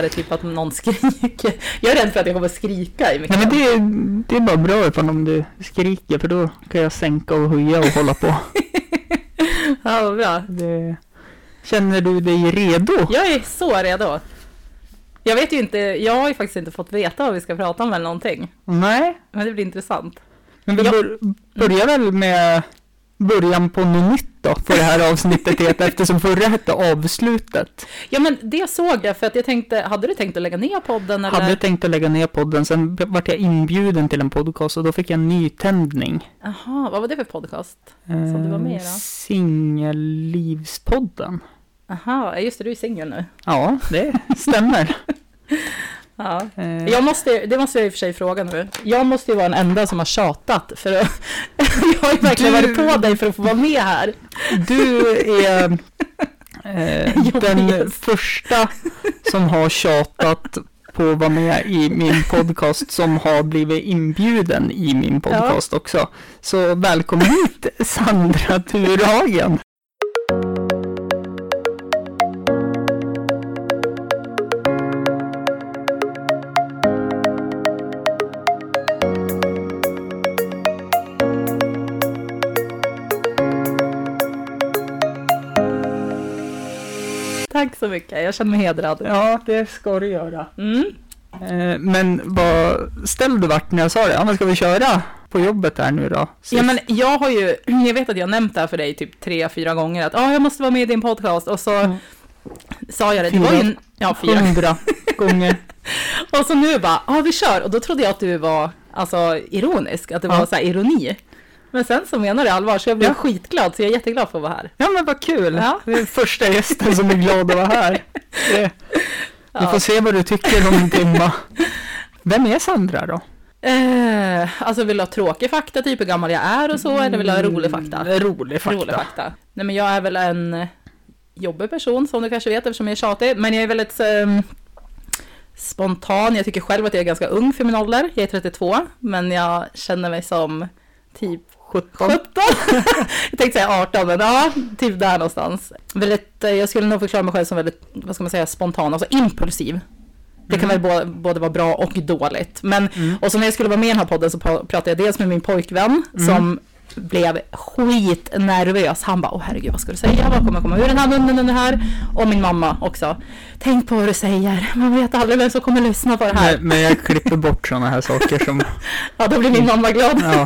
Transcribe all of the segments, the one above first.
Det är typ att någon skriker. Jag är rädd för att jag kommer skrika i micken. Nej, men det är bara bra ifall om du skriker, för då kan jag sänka och höja och hålla på. Ja, bra. Känner du dig redo? Jag är så redo. Jag vet ju inte, jag har ju faktiskt inte fått veta vad vi ska prata om eller någonting. Nej. Men det blir intressant. Men vi börjar väl med början på något nytt då, för det här avsnittet, eftersom förra hette avslutet. Ja, men det såg jag, för att jag tänkte, hade du tänkt att lägga ner podden? Eller? Hade tänkt att lägga ner podden, sen vart jag inbjuden till en podcast och då fick jag en nytändning. Jaha, vad var det för podcast som du var med i då? Singellivspodden. Jaha, just det, du är singel nu. Ja, det stämmer. Ja. Det måste jag i och för sig fråga nu. Jag måste ju vara den enda som har tjatat, för att jag har ju verkligen varit på dig för att få vara med här. Du är den första som har tjatat på att vara med i min podcast, som har blivit inbjuden i min podcast också. Så välkommen hit, Sandra Thurhagen. Tack så mycket, jag känner mig hedrad. Ja, det ska du göra. Men vad ställde du vart när jag sa det? Ja, men ska vi köra på jobbet här nu då? Sist? Ja, men jag vet att jag nämnt det här för dig typ 3-4 gånger att jag måste vara med i din podcast, och så sa jag det. Det var ju 400 gånger. Och så nu bara, vi kör. Och då trodde jag att du var ironisk, att det var så här ironi. Men sen så menar det allvar, så jag blev skitglad, så jag är jätteglad för att vara här. Ja, men vad kul. Ja. Det är första gästen som är glad att vara här. Vi får se vad du tycker om en timme. Vem är Sandra då? Vill du ha tråkig fakta, typ hur gammal jag är och så, eller vill du ha rolig fakta? Rolig fakta. Nej, men jag är väl en jobbig person, som du kanske vet, eftersom jag är tjatig. Men jag är väldigt spontan. Jag tycker själv att jag är ganska ung för min ålder. Jag är 32, men jag känner mig som typ 17. Jag tänkte säga 18, men typ där någonstans. Jag skulle nog förklara mig själv som väldigt, vad ska man säga, spontan, alltså impulsiv. Det kan väl både vara bra och dåligt. Men, och så när jag skulle vara med i den här podden så pratade jag dels med min pojkvän som blev skitnervös. Han bara, herregud, vad ska du säga? Vad kommer komma ur den här munnen här? Och min mamma också. Tänk på vad du säger. Man vet aldrig vem som kommer lyssna på det här. Men jag klipper bort sådana här saker som... Ja, då blir min mamma glad. Ja.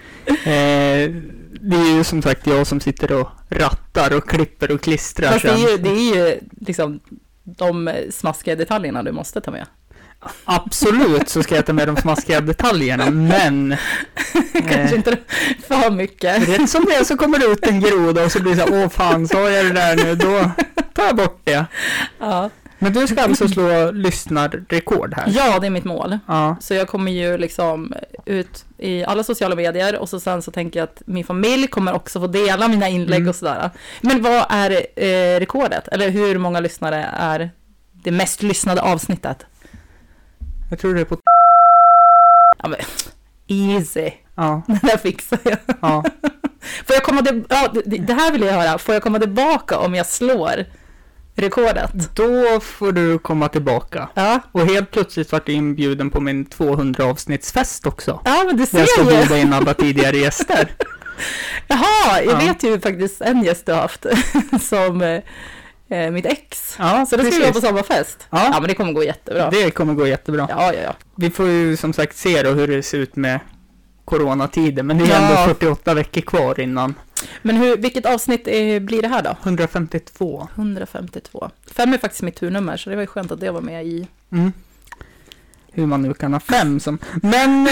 Det är ju som sagt jag som sitter och rattar och klipper och klistrar. Fast det är ju liksom de smaskiga detaljerna du måste ta med. Absolut, så ska jag ta med de smaskiga detaljerna, men kanske inte för mycket. Rätt som det är så kommer det ut en groda och så blir det så här, fan, sa jag det där nu, då tar jag bort det. Ja. Men du ska alltså slå lyssnarrekord här? Ja, det är mitt mål. Ja. Så jag kommer ju liksom ut i alla sociala medier, och så sen så tänker jag att min familj kommer också få dela mina inlägg och sådär. Men vad är rekordet? Eller hur många lyssnare är det mest lyssnade avsnittet? Jag tror det är på... Ja, men easy. Ja. Det där fixar jag. Ja. Får jag komma det här vill jag höra. Får jag komma tillbaka om jag slår rekordet? Då får du komma tillbaka. Ja. Och helt plötsligt var du inbjuden på min 200 avsnittsfest också. Ja, men det ser jag ska bjuda in alla tidigare gäster. Jaha, jag vet ju faktiskt en gäst du har haft som mitt ex. Ja, så det ska vi vara på samma fest. Ja. Ja, men det kommer gå jättebra. Det kommer gå jättebra. Ja. Vi får ju som sagt se då hur det ser ut med coronatiden. Men det är ändå 48 veckor kvar innan. Men vilket avsnitt blir det här då? 152. 152. 5 är faktiskt mitt turnummer, så det var ju skönt att det var med i... Hur man nu kan ha 5 som... Men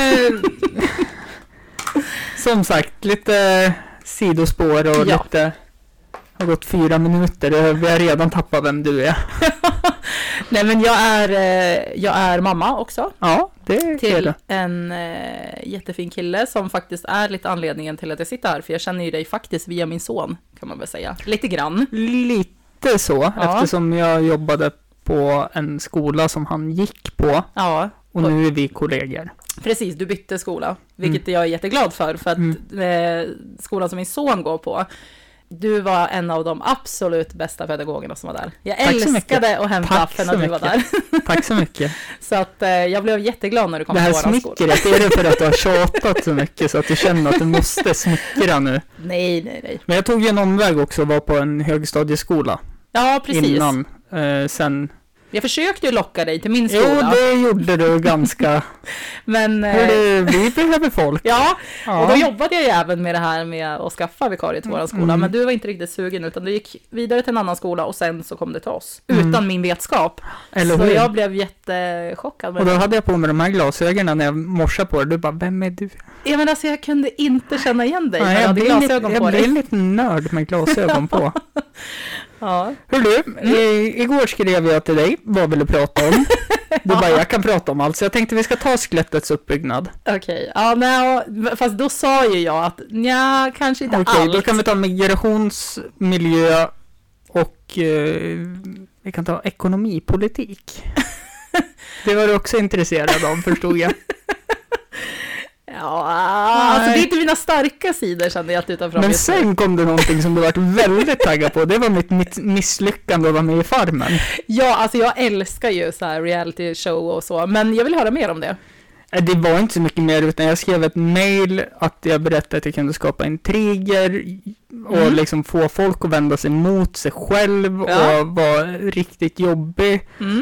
som sagt, lite sidospår och lite... Har gått 4 minuter. Vi har redan tappat vem du är. Nej, men jag är mamma också. Ja, det är till en jättefin kille som faktiskt är lite anledningen till att jag sitter här. För jag känner ju dig faktiskt via min son, kan man väl säga. Lite grann. Lite så, eftersom jag jobbade på en skola som han gick på. Ja. Och nu är vi kollegor. Precis, du bytte skola. Vilket jag är jätteglad för att skolan som min son går på Du var en av de absolut bästa pedagogerna som var där. Jag Tack så mycket. älskade att hämta appen när du var där. Tack så mycket. Så att jag blev jätteglad när du kom det till här våran skola. smickret, är det för att du har tjatat så mycket så att du känner att du måste smickra nu? Nej. Men jag tog ju en omväg också och var på en högstadieskola. Ja, precis. Innan, sen... Jag försökte ju locka dig till min skola. Jo, det gjorde du ganska... Men... vi behöver folk. Ja, och då jobbade jag ju även med det här med att skaffa vikarie till våran skola. Men du var inte riktigt sugen, utan du gick vidare till en annan skola och sen så kom det till oss. Utan min vetskap. Eller så hur? jag blev jättechockad med och då det. hade jag på mig de här glasögonen när jag morsade på det. Du bara, vem är du? Ja, men alltså jag kunde inte känna igen dig när Nej, jag hade glasögon på jag dig. blir lite nörd med glasögon på. Ja. Hör du, igår skrev jag till dig, vad vill du prata om? Du bara, jag kan prata om allt, så jag tänkte vi ska ta skelettets uppbyggnad. Okej, ja, fast då sa ju jag att nja, kanske inte allt. Okej, då kan vi ta migrationsmiljö och vi kan ta ekonomipolitik. Det var du också intresserad av, förstod jag. Ja, alltså det är inte mina starka sidor kände jag att utanför. Men sen kom det någonting som du varit väldigt taggad på. Det var mitt misslyckande att vara med i Farmen. Ja, alltså jag älskar ju så här reality show och så, men jag vill höra mer om det. Det var inte så mycket mer, utan jag skrev ett mejl att jag berättade att jag kunde skapa intriger och liksom få folk att vända sig mot sig själv och vara riktigt jobbig.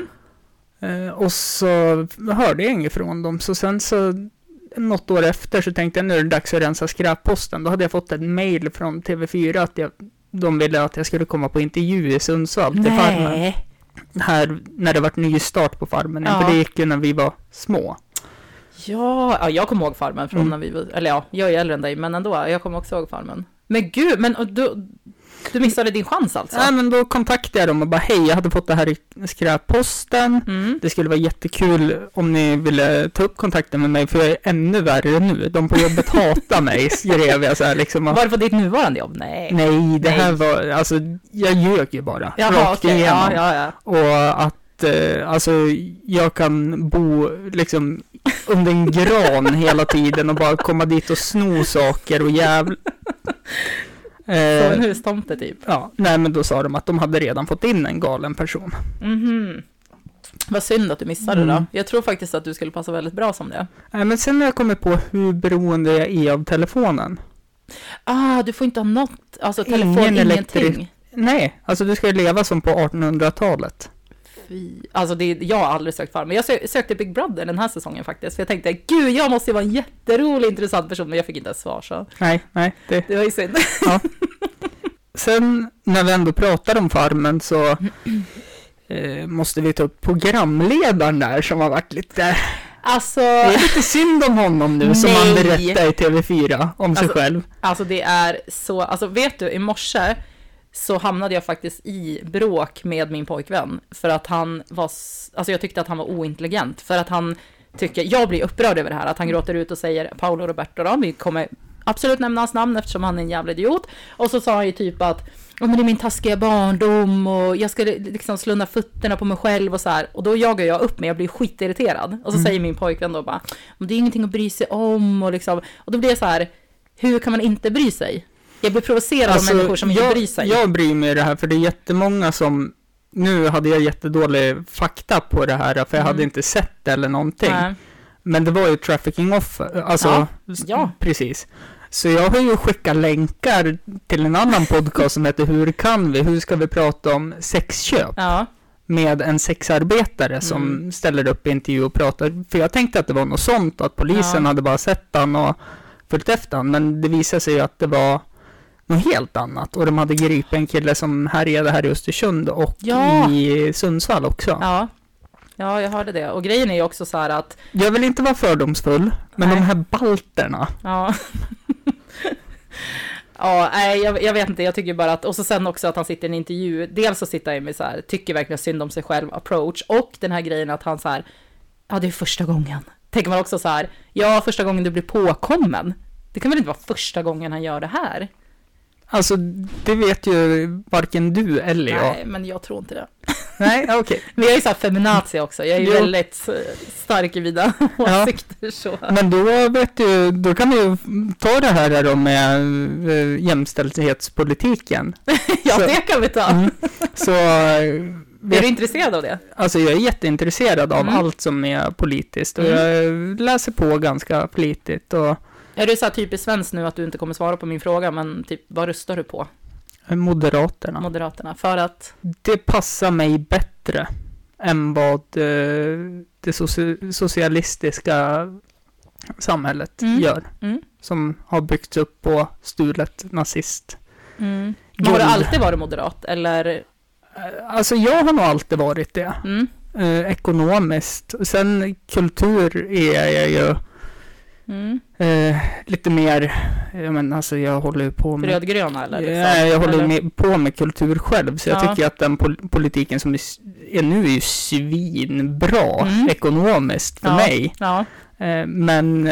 Och så hörde jag inget från dem, så sen så något år efter så tänkte jag nu är det dags att rensa skräpposten. Då hade jag fått ett mejl från TV4 att de ville att jag skulle komma på intervju i Sundsvall till Farmen. Här när det var ny start på Farmen, för det gick ju när vi var små. Ja, jag kommer ihåg Farmen från när vi var, eller ja, jag är äldre än dig, men ändå, jag kommer också ihåg Farmen. Men gud, men du missade din chans alltså? Nej, men då kontaktade jag dem och bara, hej, jag hade fått det här i skräpposten. Det skulle vara jättekul om ni ville ta upp kontakten med mig, för jag är ännu värre nu. De på jobbet hatar mig, skrev jag så här liksom. Var det på ditt nuvarande jobb? Nej, det här var, alltså, jag ljög ju bara. Jaha, okej, ja. Och att, alltså, jag kan bo liksom under en gran hela tiden och bara komma dit och sno saker och så en hustomte typ. Ja, nej, men då sa de att de hade redan fått in en galen person. Vad synd att du missade då. Jag tror faktiskt att du skulle passa väldigt bra som det. Nej, men sen har jag kommit på hur beroende jag är av telefonen. Du får inte ha något, alltså telefon, ingenting. Nej, alltså du ska ju leva som på 1800-talet. Alltså jag har aldrig sökt Farmen. Jag sökte Big Brother den här säsongen faktiskt. För jag tänkte, gud, jag måste ju vara en jätterolig, intressant person. Men jag fick inte ens svar så. Nej. Det var ju synd. Ja. Sen när vi ändå pratar om Farmen så måste vi ta upp programledaren där som har varit lite... Alltså... Det är lite synd om honom nu som han berättar i TV4 om sig själv. Alltså det är så... Alltså vet du, i morse så hamnade jag faktiskt i bråk med min pojkvän. För att han var... Alltså jag tyckte att han var ointelligent. För att han tycker... Jag blir upprörd över det här. Att han gråter ut och säger Paolo Roberto då. Vi kommer absolut nämna hans namn eftersom han är en jävla idiot. Och så sa han ju typ att men det är min taskiga barndom och jag ska liksom slunna fötterna på mig själv och så här. Och då jagar jag upp mig, jag blir skitirriterad. Och så säger min pojkvän då bara, men det är ingenting att bry sig om och liksom. Och då blir det så här, hur kan man inte bry sig? Jag blir provocerad av människor som inte bryr sig. Jag bryr mig i det här, för det är jättemånga som, nu hade jag jättedålig fakta på det här, för jag hade inte sett det eller någonting. Nej. Men det var ju trafficking off, alltså, ja. Precis. Så jag har ju skickat länkar till en annan podcast som heter Hur kan vi? Hur ska vi prata om sexköp? Ja. Med en sexarbetare som ställer upp i intervju och pratar. För jag tänkte att det var något sånt, att polisen hade bara sett han och följt efter han. Men det visade sig att det var något helt annat. Och de hade gripit en kille som härjade här i Östersund och i Sundsvall också. Ja, jag hörde det. Och grejen är ju också så här att... Jag vill inte vara fördomsfull, men de här balterna... Ja. Ja, nej, jag vet inte, jag tycker bara att, och så sen också att han sitter i en intervju, dels så sitter han med så här, tycker verkligen synd om sig själv approach, och den här grejen att han så här, ja det är första gången, tänker man också så här, ja första gången du blir påkommen, det kan väl inte vara första gången han gör det här? Alltså, det vet ju varken du eller jag. Nej, men jag tror inte det. Nej, okej. Men jag är ju så här feminazi också. Jag är ju Jo. väldigt stark i vida åsikter. Så. Men då vet du, då kan du ta det här då med jämställdhetspolitiken. Ja, Så- det kan vi ta. Så Är du intresserad av det? alltså jag är jätteintresserad av Mm. allt som är politiskt och Mm. jag läser på ganska flitigt och Är du så här typiskt svensk nu att du inte kommer svara på min fråga, men typ vad röstar du på? Moderaterna. Moderaterna. För att... Det passar mig bättre än vad det socialistiska samhället Mm. gör. Mm. Som har byggts upp på stulet nazist. Mm. Men har du Guld. alltid varit moderat? Eller? Alltså jag har nog alltid varit det. Mm. Ekonomiskt. Sen kultur är jag ju Mm. lite mer, alltså jag håller ju på med... Rödgröna eller? Liksom? Ja, jag håller eller? på med kultur själv, så jag Ja. tycker att den politiken som är nu är ju svinbra ekonomiskt för mig. Ja. Men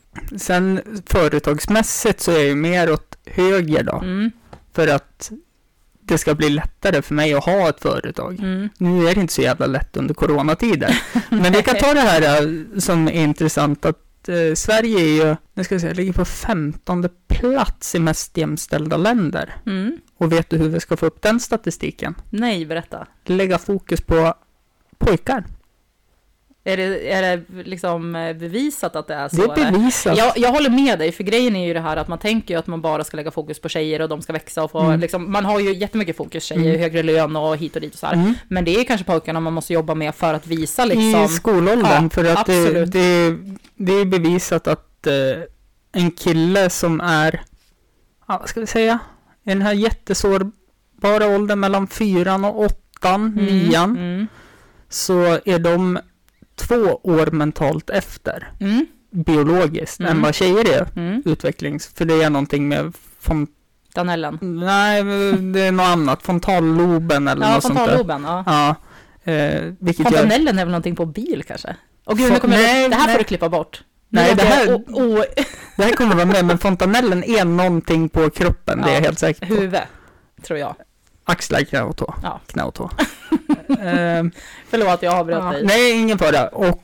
sen företagsmässigt så är jag ju mer åt höger då, Mm. för att det ska bli lättare för mig att ha ett företag. Mm. Nu är det inte så jävla lätt under coronatider. Men vi kan ta det här som är intressant, att Sverige är ju, nu ska jag säga, ligger på 15:e plats i mest jämställda länder. Mm. Och vet du hur vi ska få upp den statistiken? Nej, berätta. Lägga fokus på pojkar. Är det liksom bevisat att det är så? Det är eller? bevisat. Jag håller med dig, för grejen är ju det här att man tänker ju att man bara ska lägga fokus på tjejer och de ska växa och få, liksom, man har ju jättemycket fokus, tjejer, högre lön och hit och dit och så här. Mm. Men det är kanske pojkarna man måste jobba med för att visa liksom. I skolåldern, Ja, för att absolut. det är bevisat att en kille som är, ja, vad ska vi säga, i den här jättesårbara åldern mellan 4 och 8, 9, Mm. så är de 2 år mentalt efter Mm. biologiskt än vad tjejer är Mm. för det är någonting med Danellen. nej, det är något annat, frontalloben eller Ja, något sånt där. frontalloben, ja. Ja, vilket gör... Fontanellen är väl någonting på bil kanske? Och gud, nu kommer Nej, det här nej. får du klippa bort. Nej, det här- Och Det här kommer vara med, men fontanellen är någonting på kroppen, det är jag helt säker på. huvud, tror jag. Axlar, knä och tå. Ja. Knä och tå. Ehm, Förlåt, jag avbröt dig. nej, ingen fara. Och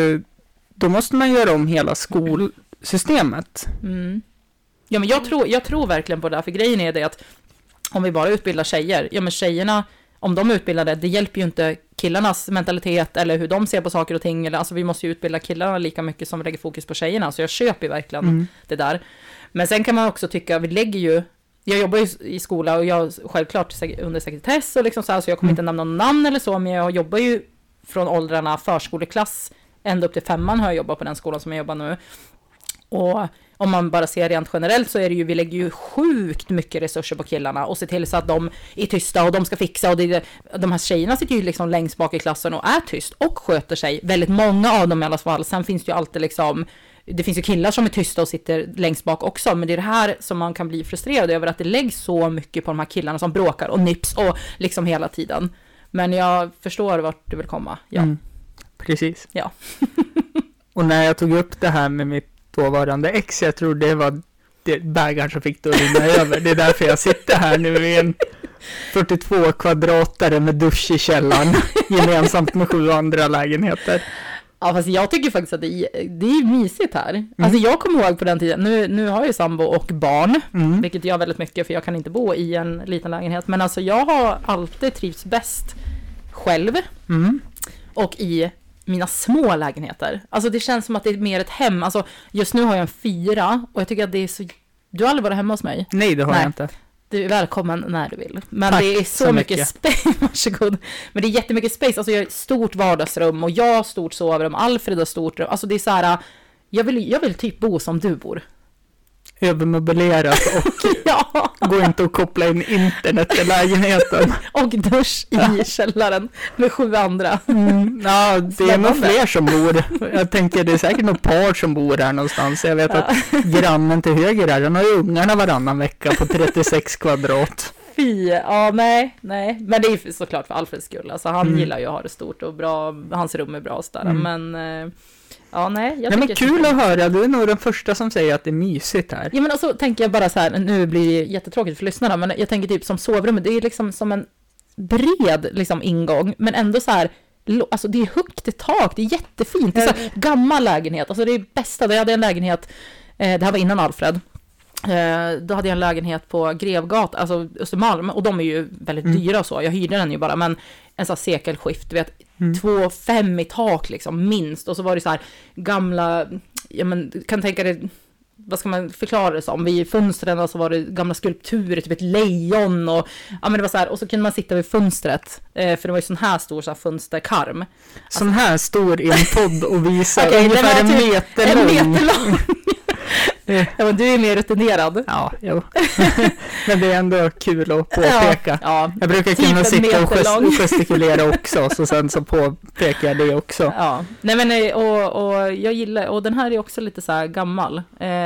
då måste man göra om hela skolsystemet. Mm. Ja, men jag tror verkligen på det här, för grejen är det att om vi bara utbildar tjejer, ja men tjejerna, om de utbildar det hjälper ju inte killarnas mentalitet eller hur de ser på saker och ting, eller, alltså vi måste ju utbilda killarna lika mycket som vi lägger fokus på tjejerna, så jag köper ju verkligen det där. Men sen kan man också tycka, vi lägger ju, jag jobbar ju i skola och jag självklart under sekretess och liksom så jag kommer inte nämna någon namn eller så, men jag jobbar ju från åldrarna förskoleklass ända upp till 5:an har jag jobbat på den skolan som jag jobbar nu. Och om man bara ser rent generellt så är det ju, vi lägger ju sjukt mycket resurser på killarna och ser till så att de är tysta och de ska fixa, och de här tjejerna sitter ju liksom längst bak i klassen och är tyst och sköter sig, väldigt många av dem i alla fall. Sen finns det ju alltid liksom, det finns ju killar som är tysta och sitter längst bak också, men det är det här som man kan bli frustrerad över, att det läggs så mycket på de här killarna som bråkar och nips och liksom hela tiden. Men jag förstår vart du vill komma. Ja. Precis. Ja. Och när jag tog upp det här med mitt dåvarande ex, jag tror det var det bägaren som fick det att rinna över. Det är därför jag sitter här nu i en 42 kvadratare med dusch i källaren, gemensamt med 7 andra lägenheter. Ja, fast jag tycker faktiskt att det är mysigt här. Alltså jag kommer ihåg på den tiden, nu har jag ju sambo och barn, vilket gör väldigt mycket för jag kan inte bo i en liten lägenhet. Men alltså jag har alltid trivts bäst själv och i mina små lägenheter. Alltså det känns som att det är mer ett hem. Alltså just nu har jag en 4 och jag tycker att det är så... Du har aldrig varit hemma hos mig? Nej, det har jag inte. Du är välkommen när du vill. Men Tack det är så mycket space. Varsågod. Men det är jättemycket space. Alltså jag har ett stort vardagsrum och jag har stort sovrum. Alfred har stort rum. Alltså det är så här, jag vill typ bo som du bor. Övermöblerat och Ja. går inte att koppla in internet i lägenheten. Och dusch i källaren med 7 andra. Ja, det är nog fler som bor. Jag tänker det är säkert något par som bor här någonstans. Jag vet att grannen till höger här, den har ju ungarna varannan vecka på 36 kvadrat. Fy, ja nej. Men det är såklart för Alfreds skull. Alltså han gillar ju att ha det stort och bra. Hans rum är bra och sådär. Men ja, nej. Ja, men kul att höra. Du är nog den första som säger att det är mysigt här. Ja, men och så tänker jag bara så här, nu blir det jättetråkigt för lyssnarna, men jag tänker typ som sovrummet, det är liksom som en bred liksom ingång, men ändå så här, alltså det är högt i tak, det är jättefint. Det är så här, gammal lägenhet, alltså det är bästa. Jag hade en lägenhet, det här var innan Alfred. Då hade jag en lägenhet på Grevgatan, alltså Östermalm, och de är ju väldigt dyra och så. Jag hyrde den ju bara, men en sån här sekelskift, vet, 2,5 i tak liksom, minst. Och så var det så här gamla, ja men kan tänka dig, vad ska man förklara det som? Vid fönstren och så var det gamla skulpturer, typ ett lejon och ja men det var så här, och så kunde man sitta vid fönstret, för det var ju sån här stor så här fönsterkarm. Sån här stor i en podd och visa okay, ungefär en meter lång. Ja, men du är mer rutinerad. Ja, jo. Men det är ändå kul att påpeka. Ja, jag brukar typ kunna sitta och gestikulera också, så sen så påpekar jag det också. Ja, nej men och jag gillar, och den här är också lite så här gammal.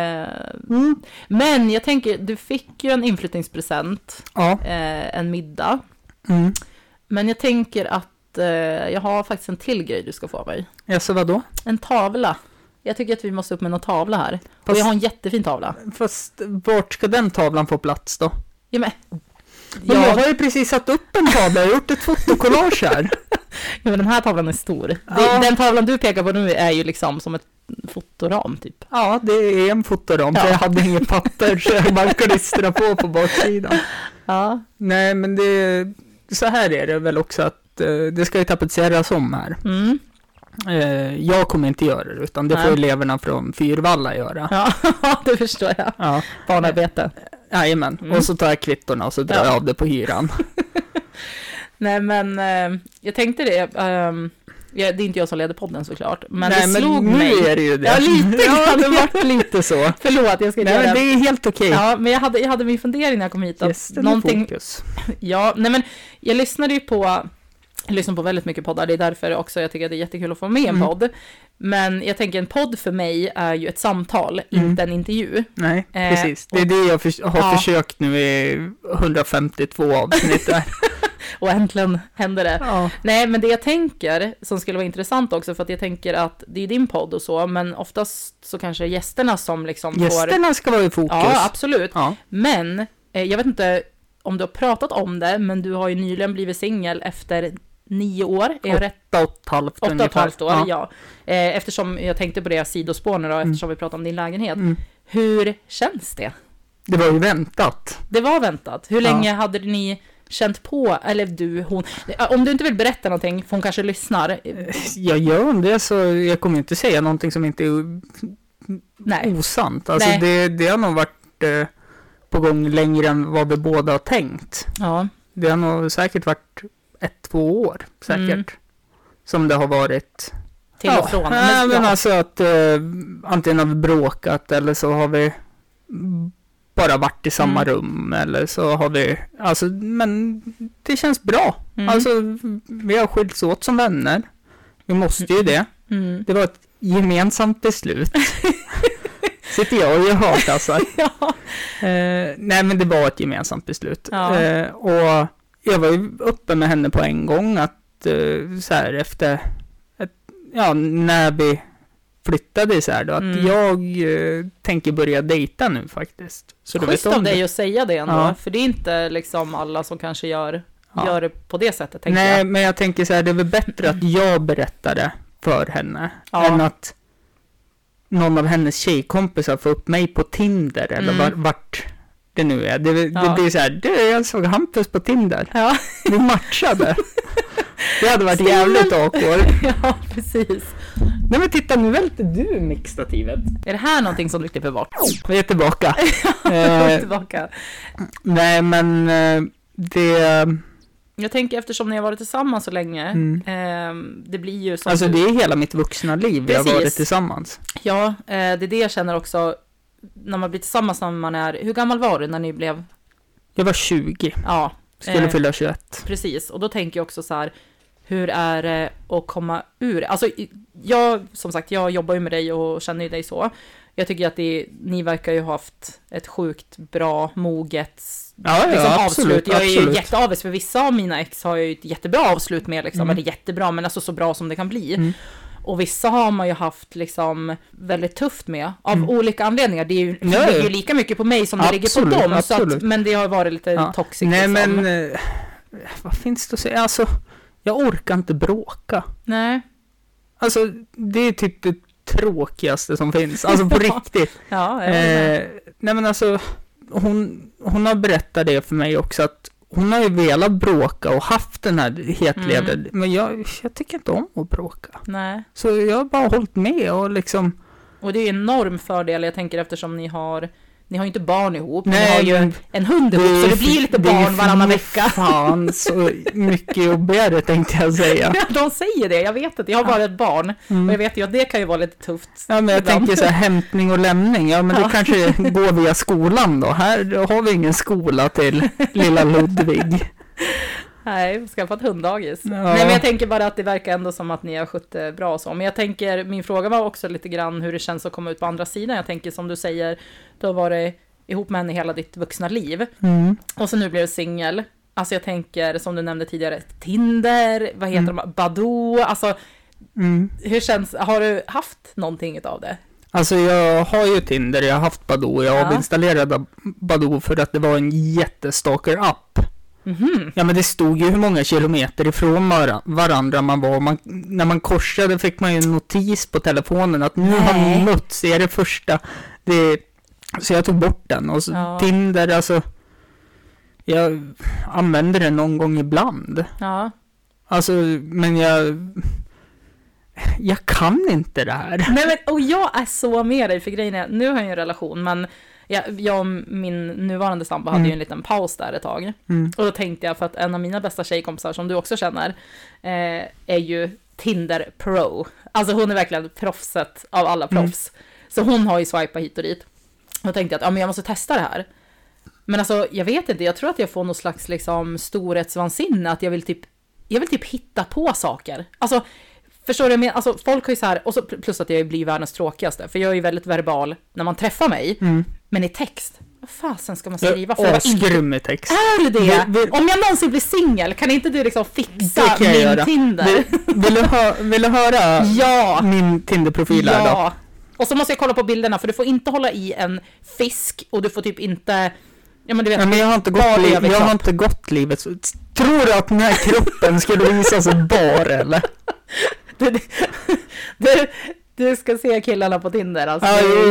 Men jag tänker, du fick ju en inflyttningspresent, en middag. Men jag tänker att jag har faktiskt en till grej du ska få mig. Ja, så vadå? En tavla. Jag tycker att vi måste upp med någon tavla här. Och jag har en jättefin tavla. Fast vart ska den tavlan få plats då? Ja, men jag har ju precis satt upp en tavla. Jag har gjort ett fotokollage här. Ja, men den här tavlan är stor. Den tavlan du pekar på nu är ju liksom som ett fotoram typ. Ja, det är en fotoram. För jag hade inget papper så jag bara klistrade på baksidan. Ja. Nej, men så här är det väl också att det ska ju tapetseras om här. Jag kommer inte göra det, utan det får eleverna från Fyrvalla göra. Ja, det förstår jag. Ja. Barnarbete. Jajamän, och så tar jag kvittorna och så drar jag av det på hyran. Nej, men jag tänkte det. Det är inte jag som leder podden såklart. Men nej, det slog men mig. Nu är det ju det. Ja, lite. Ja, det var lite så. Förlåt, jag ska nej, men det är helt okej. Ja, men jag hade min fundering när jag kom hit. Att någonting... fokus. Ja, nej men jag lyssnade ju på... Jag lyssnar på väldigt mycket poddar, det är därför också jag tycker att det är jättekul att få med en podd. Men jag tänker en podd för mig är ju ett samtal, inte en intervju. Nej, precis. Det är det jag har försökt nu i 152 avsnitt där. Och äntligen händer det. Ja. Nej, men det jag tänker som skulle vara intressant också, för att jag tänker att det är din podd och så, men oftast så kanske gästerna som liksom gästerna ska vara i fokus. Ja, absolut. Ja. Men jag vet inte om du har pratat om det, men du har ju nyligen blivit singel efter 9 år. 8,5 år, ja. Eftersom jag tänkte på det sidospår nu då, eftersom vi pratade om din lägenhet. Hur känns det? Det var ju väntat. Det var väntat. Hur länge hade ni känt på, eller du, hon, om du inte vill berätta någonting, för hon kanske lyssnar. Jag gör det, så jag kommer inte säga någonting som inte är osant. Alltså det har nog varit på gång längre än vad vi båda har tänkt. Ja. Det har nog säkert varit 1-2 år, säkert. Som det har varit. Till och från. Men alltså att antingen har vi bråkat, eller så har vi bara varit i samma rum, eller så har vi, alltså, men det känns bra. Alltså, vi har skilts åt som vänner. Vi måste ju det. Det var ett gemensamt beslut. Sitter jag och gör hört alltså. Nej, men det var ett gemensamt beslut. Ja. Och jag var ju uppe med henne på en gång att så här efter när vi flyttade så här då, att jag tänker börja dejta nu faktiskt. Så du vet av dig att säga det ändå, för det är inte liksom alla som kanske gör det på det sättet, tänker jag. Nej, men jag tänker så här, det är väl bättre att jag berättar det för henne än att någon av hennes tjejkompisar får upp mig på Tinder eller vart det nu är. Det blir så här, jag såg Hampus på Tinder. Ja. Vi matchade. Det hade varit jävligt awkward. Ja, precis. Nej, men titta, nu välter du mixstativet. Är det här någonting som du klipper bort? Vi är tillbaka. Tillbaka. Nej, men det... Jag tänker, eftersom ni har varit tillsammans så länge, det blir ju som... Alltså, det är hela mitt vuxna liv vi har varit tillsammans. Ja, det är det jag känner också, när man blir tillsammans när man är... Hur gammal var du när ni blev... Jag var 20. Ja. Skulle fylla 21. Precis, och då tänker jag också så här, hur är det att komma ur? Alltså, jag jobbar ju med dig och känner ju dig så. Jag tycker att ni verkar ju ha haft ett sjukt bra, moget avslut. Jag är ju jätteavis, för vissa av mina ex har ju ett jättebra avslut med, liksom, eller jättebra, men alltså så bra som det kan bli. Och vissa har man ju haft liksom väldigt tufft med, av olika anledningar. Det ligger ju lika mycket på mig som det ligger på dem. Så att, men det har varit lite toxic. Nej, liksom. men vad finns det att säga? Alltså, jag orkar inte bråka. Nej. Alltså, det är typ det tråkigaste som finns. Alltså på riktigt. Ja, nej men alltså, hon har berättat det för mig också, att hon har ju velat bråka och haft den här hetlevd. Men jag tycker inte om att bråka. Nej. Så jag har bara hållit med och liksom... Och det är en enorm fördel, jag tänker, eftersom ni har ju inte barn ihop. Nej, ni har ju en hund ihop, så det blir lite barn varannan vecka. Fan, så mycket jobbigare tänkte jag säga. Ja, de säger det, jag vet inte. Jag har bara ett barn. Och jag vet ju att det kan ju vara lite tufft. Ja, men jag tänker så här, hämtning och lämning. Ja, men det kanske går via skolan då. Här har vi ingen skola till lilla Ludvig. Nej, skaffat hunddagis. Ja. Nej, men jag tänker bara att det verkar ändå som att ni har skött det bra och så. Men jag tänker, min fråga var också lite grann hur det känns att komma ut på andra sidan. Jag tänker, som du säger, du har varit ihop med henne hela ditt vuxna liv. Och så nu blir du singel. Alltså jag tänker, som du nämnde tidigare, Tinder, vad heter de? Badoo, alltså hur känns, har du haft någonting av det? Alltså jag har ju Tinder, jag har haft Badoo, jag avinstallerade Badoo för att det var en jättestalker-app. Ja, men det stod ju hur många kilometer ifrån varandra man var. När man korsade fick man ju en notis på telefonen att nu har ni mötts, är det första. Så jag tog bort den. Och så Tinder, alltså jag använder den någon gång ibland. Ja. Alltså, men jag kan inte det här. Nej, men, och jag är så med dig, för grejen är, nu har jag en relation, men jag och min nuvarande sambo hade ju en liten paus där ett tag. Och då tänkte jag, för att en av mina bästa tjejkompisar som du också känner är ju Tinder Pro. Alltså hon är verkligen proffset av alla proffs. Så hon har ju swipat hit och dit. Och då tänkte jag att men jag måste testa det här. Men alltså jag vet inte, jag tror att jag får någon slags liksom storhetsvansinne, att jag vill typ hitta på saker. Alltså förstår du? Alltså folk har ju så här, och så plus att jag blir världens tråkigaste, för jag är ju väldigt verbal när man träffar mig, men i text, vad fasen ska man skriva för? Asgrym i text. Är det? Om jag någonsin blir singel, kan inte du liksom fixa min Tinder? Vill du höra min Tinder-profil här då? Och så måste jag kolla på bilderna, för du får inte hålla i en fisk, och du får typ inte... Ja, men du vet, men jag har inte gått livet. Tror du att den här kroppen skulle visa sig bar, eller? Du ska se killarna på Tinder. Alltså,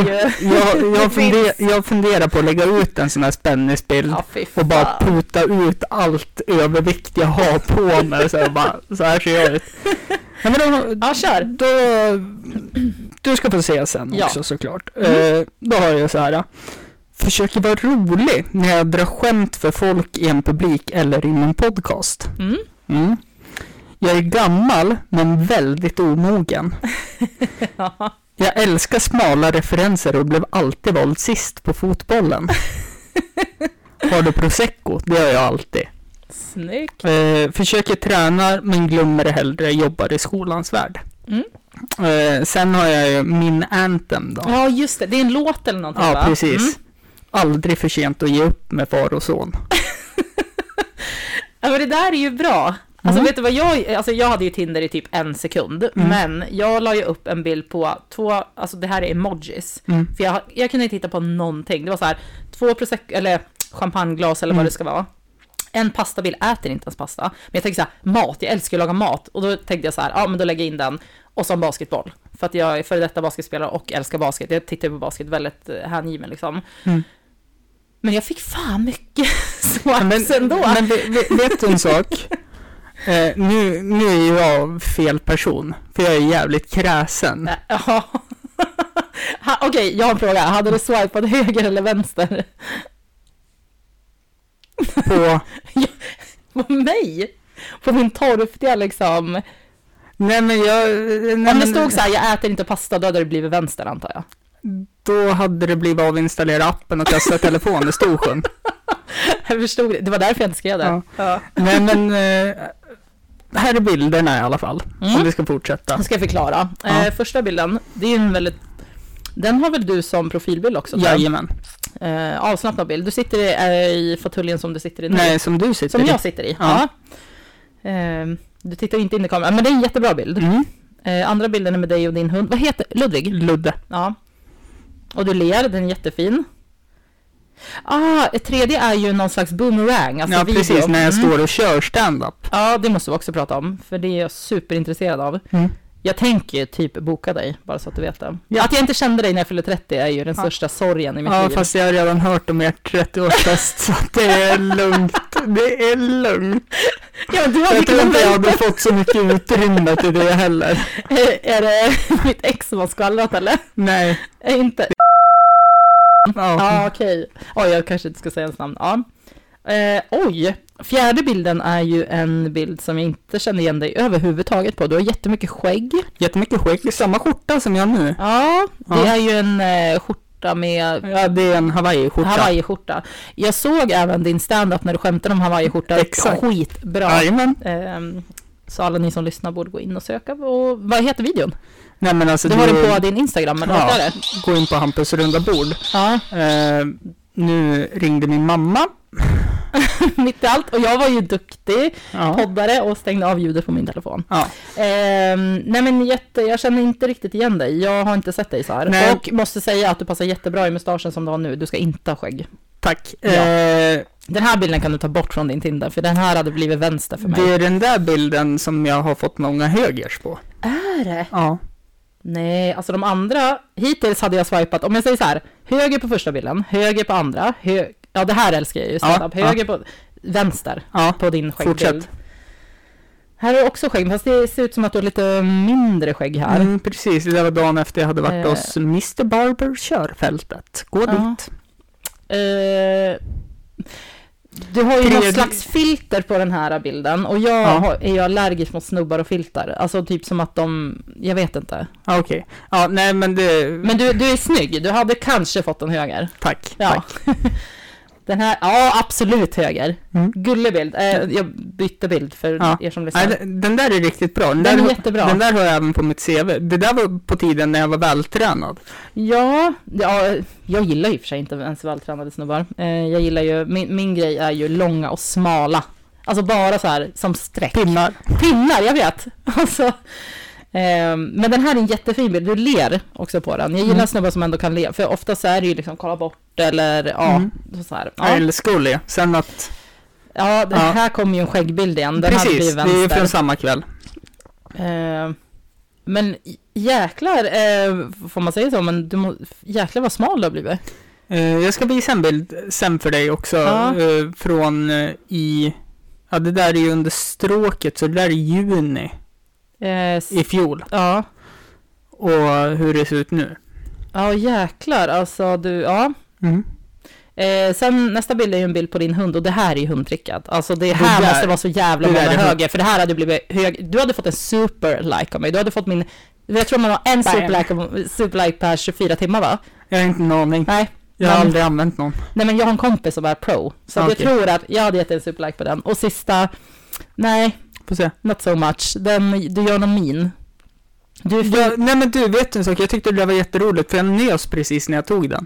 jag funderar på att lägga ut en sån här spänningsbild och bara puta ut allt övervikt jag har på mig. Så här ser jag ut. Kör. Du ska få se sen också såklart. Då har jag så här. Försöker vara rolig när jag drar skämt för folk i en publik eller i min podcast. Jag är gammal men väldigt omogen. Jag älskar smala referenser och blev alltid vald sist på fotbollen. Har du prosecco? Det har jag alltid. Snyggt. Försöker träna men glömmer det hellre, jobbar i skolans värld. Sen har jag ju min anthem då. Ja just det, det är en låt eller någonting, va? Ja precis. Aldrig för sent att ge upp med far och son. Ja men det där är ju bra. Alltså vet du vad jag hade ju Tinder i typ 1 sekund, men jag la ju upp en bild på 2, alltså det här är emojis. För jag kunde inte hitta på någonting. Det var så här 2 prosecco eller champagneglas eller vad det ska vara. En pastabild, äter inte ens pasta. Men jag tänkte så här, mat, jag älskar att laga mat. Och då tänkte jag så här, men då lägger jag in den. Och så en basketboll. För att jag är före detta basketspelare och älskar basket. Jag tittar på basket väldigt hängiven liksom. Men jag fick fan mycket swipes ändå. Men vet du en sak? Nu är jag fel person. För jag är jävligt kräsen. Ja. Okej, jag har en fråga. Hade du swipat höger eller vänster? På mig? På min torftiga liksom. Nej men om det stod så här, jag äter inte pasta, då hade det blivit vänster antar jag. Då hade det blivit av att installera appen och testa telefonen, det stod sjön. Jag förstod det var därför jag inte skrev det. Ja. Nej men här är bilderna i alla fall, om vi ska fortsätta. Jag ska förklara. Första bilden, det är en väldigt, den har väl du som profilbild också? Jajamän. Avslappnad bild. Du sitter i fåtöljen som du sitter i nu. Nej, som du sitter i. Som jag sitter i, ja. Du tittar inte in i kameran, men det är en jättebra bild. Andra bilden är med dig och din hund. Vad heter Ludvig? Ludde. Ja. Och du ler, den är jättefin. Ett tredje är ju någon slags boomerang. Alltså ja, video. precis, när jag står och kör stand-up. Ja, det måste vi också prata om, för det är jag superintresserad av. Jag tänker ju typ boka dig, bara så att du vet det. Ja. Att jag inte kände dig när jag fyllde 30 är ju den största sorgen i mitt liv. Ja, fast jag har redan hört om ert 30-årsfest, så det är lugnt. Det är lugnt. Ja, men du har Jag tror inte jag hade väntat. fått så mycket utrymme till det heller. Är det mitt ex som har skvallrat, eller? Nej. Inte. Ja. Ja, okej. Oj, jag kanske inte ska säga ens namn. Ja. Oj, fjärde bilden är ju en bild som jag inte känner igen dig överhuvudtaget på. Du har jättemycket skägg. Jättemycket skägg i samma skjorta som jag nu. Ja, det Ja. är ju en skjorta med Ja, det är en Hawaii-skjorta. Hawaii-skjorta. Jag såg även din stand-up när du skämtade om Hawaii-skjorta. Exakt. Skitbra. Jajamän. Så alla ni som lyssnar borde gå in och söka. Och vad heter videon? Nej, men alltså Du har den på din Instagram, eller vad är det? gå in på Hampus runda bord. Ja, Nu ringde min mamma. mitt i allt. Och jag var ju duktig Ja. poddare och stängde av ljudet på min telefon. Ja. Nej men jag känner inte riktigt igen dig. Jag har inte sett dig så här. Nej. Och måste säga att du passar jättebra i mustaschen som du har nu. Du ska inte ha skägg. Tack. Ja. Den här bilden kan du ta bort från din Tinder, för den här hade blivit vänster för mig. Det är den där bilden som jag har fått många högers på. Är det? Ja. Nej, alltså de andra, hittills hade jag swipat, om jag säger så här, höger på första bilden, höger på andra, ja det här älskar jag ju, höger på vänster på din skäggbild. Fortsätt. Här är också skägg, fast det ser ut som att du har lite mindre skägg här. Precis, det var dagen efter jag hade varit hos Mr. Barber körfältet. Gå dit. Du har ju något slags filter på den här bilden, och jag är ju allergisk mot snubbar och filter. Alltså typ som att jag vet inte. Okej. Ja, nej men det... Men du är snygg, du hade kanske fått en höger. Tack. Ja. Tack. Den här, absolut höger. Gullig bild. Jag bytte bild för er som lyssnar. Nej, den där är riktigt bra. Den är jättebra. Den där har jag även på mitt CV. Det där var på tiden när jag var vältränad. Ja, jag gillar ju för sig inte ens vältränade snubbar. Jag gillar ju, min grej är ju långa och smala. Alltså bara så här som streck. Pinnar, jag vet. Alltså, men den här är en jättefin bild. Du ler också på den. Jag gillar snubbar som ändå kan le. För ofta så är det ju liksom kolla bort eller så här. Ja. Eller skulle jag. Sen att... Ja, här kommer ju en skäggbild igen. Den precis, det är från samma kväll. Men jäklar, får man säga så, men jäklar vad smal du har blivit. Jag ska visa en bild sen för dig också. Från ja, det där är ju under stråket, så det där är juni i fjol. Ja. Och hur det ser ut nu. Ja, jäklar. Alltså sen nästa bild är ju en bild på din hund, och det här är ju hundtrickat. Alltså det här måste vara så jävla många höger, för det här hade blivit hög. Du hade fått en super-like av mig. Du hade fått jag tror man har en super-like per 24 timmar, va? Jag har inte en aning. Nej. Jag har aldrig använt någon. Nej, men jag har en kompis som är pro. Så jag tror att jag hade gett en super-like på den. Och sista, nej. Får se. Not so much. Du gör någon min. Nej men du, vet en sak, jag tyckte det var jätteroligt, för jag nös precis när jag tog den.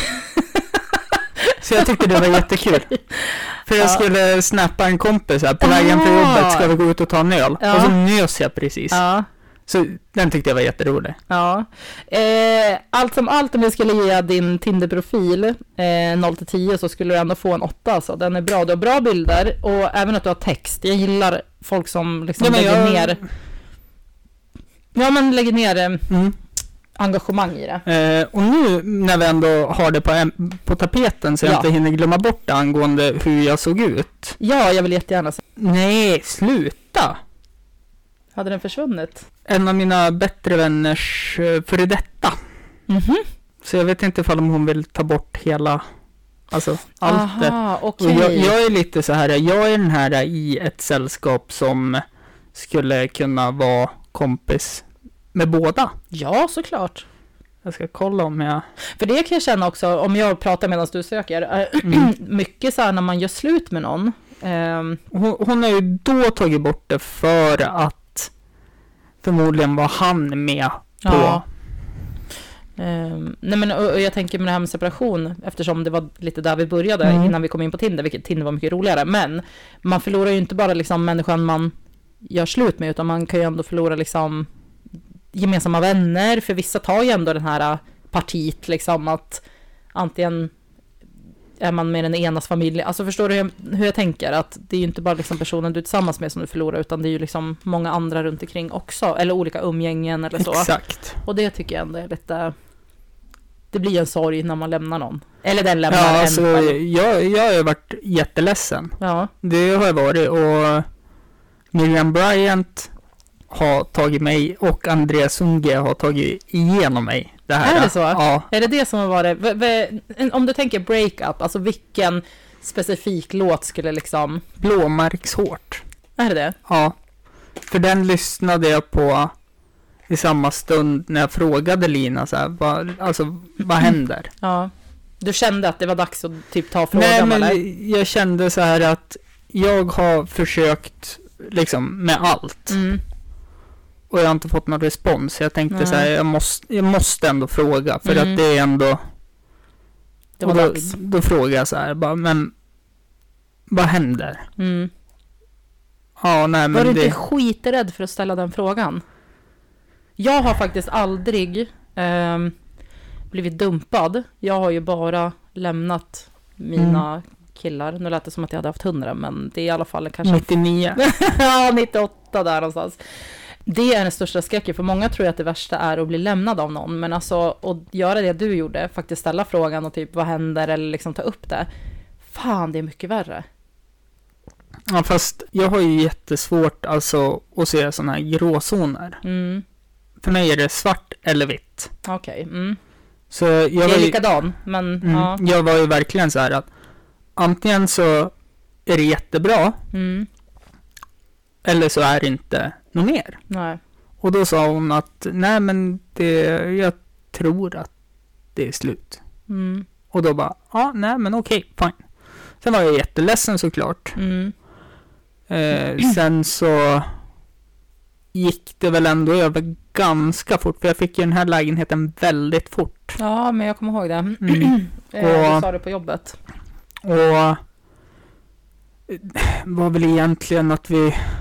Så jag tyckte det var jättekul. För jag skulle snappa en kompis här, på vägen till jobbet ska vi gå ut och ta en öl. Och så nös jag precis. Så den tyckte jag var jätterolig. Ja. Allt som allt, om jag skulle ge din Tinder-profil 0-10 så skulle du ändå få en 8. Alltså. Den är bra, du har bra bilder och även att du har text. Jag gillar folk som liksom lägger ner... Ja, men lägger ner engagemang i det. Och nu när vi ändå har det på tapeten så jag inte hinner glömma bort det angående hur jag såg ut. Ja, jag vill jättegärna säga. Nej, sluta! Hade den försvunnit? En av mina bättre vänners före detta. Så jag vet inte ifall hon vill ta bort hela, alltså allt det. Okay. Jag är lite så här, jag är den här i ett sällskap som skulle kunna vara kompis med båda. Ja, såklart. Jag ska kolla om jag... För det kan jag känna också, om jag pratar medan du söker, mycket så här när man gör slut med någon. Hon har ju då tagit bort det för att förmodligen var han med på. Ja. Nej, men och jag tänker med det här med separation, eftersom det var lite där vi började innan vi kom in på Tinder, vilket Tinder var mycket roligare, men man förlorar ju inte bara liksom människan man gör slut med, utan man kan ju ändå förlora liksom gemensamma vänner, för vissa tar ju ändå den här partiet liksom att antingen är man med den enas familj. Alltså förstår du hur jag tänker? Att det är ju inte bara liksom personen du är tillsammans med som du förlorar, utan det är ju liksom många andra runt omkring också. Eller olika umgängen eller så. Exakt. Och det tycker jag ändå är lite... Det blir en sorg när man lämnar någon. Eller den lämnar Ja, en alltså, själv. jag har varit jätteledsen. Ja. Det har jag varit, och Miriam Bryant har tagit mig och Andreas Sundge har tagit igenom mig. Det här. Är det så? Ja. Är det det som har varit... Om du tänker breakup, alltså vilken specifik låt skulle liksom... Blåmärkshårt. Är det? Ja. För den lyssnade jag på i samma stund när jag frågade Lina så här, vad händer? Ja. Du kände att det var dags att typ ta frågan? Nej, men eller? jag kände så här att jag har försökt liksom med allt. Och jag har inte fått någon respons. Jag tänkte så här, jag måste ändå fråga. För att det är ändå... Det var dags. Då frågar jag så här, bara, men vad händer? Ja, nej, men var du inte skiträdd för att ställa den frågan? Jag har faktiskt aldrig blivit dumpad. Jag har ju bara lämnat mina killar. Nu lät det som att jag hade haft 100, men det är i alla fall kanske... 99. Ja, 98 där någonstans. Det är den största skräcken, för många tror att det värsta är att bli lämnad av någon. Men alltså, att göra det du gjorde, faktiskt ställa frågan och typ vad händer, eller liksom ta upp det. Fan, det är mycket värre. Ja, fast jag har ju jättesvårt alltså att se sådana här gråzoner. För mig är det svart eller vitt. Okej. Så jag det är likadan, men ja. Jag var ju verkligen så här att antingen så är det jättebra eller så är det inte något mer. Nej. Och då sa hon att nej, men jag tror att det är slut. Och då bara, ja, nej, men okej, fine. Sen var jag jätteledsen såklart. Sen så gick det väl ändå över ganska fort, för jag fick ju den här lägenheten väldigt fort. Ja, men jag kommer ihåg det. Du sa det på jobbet. Och var väl egentligen att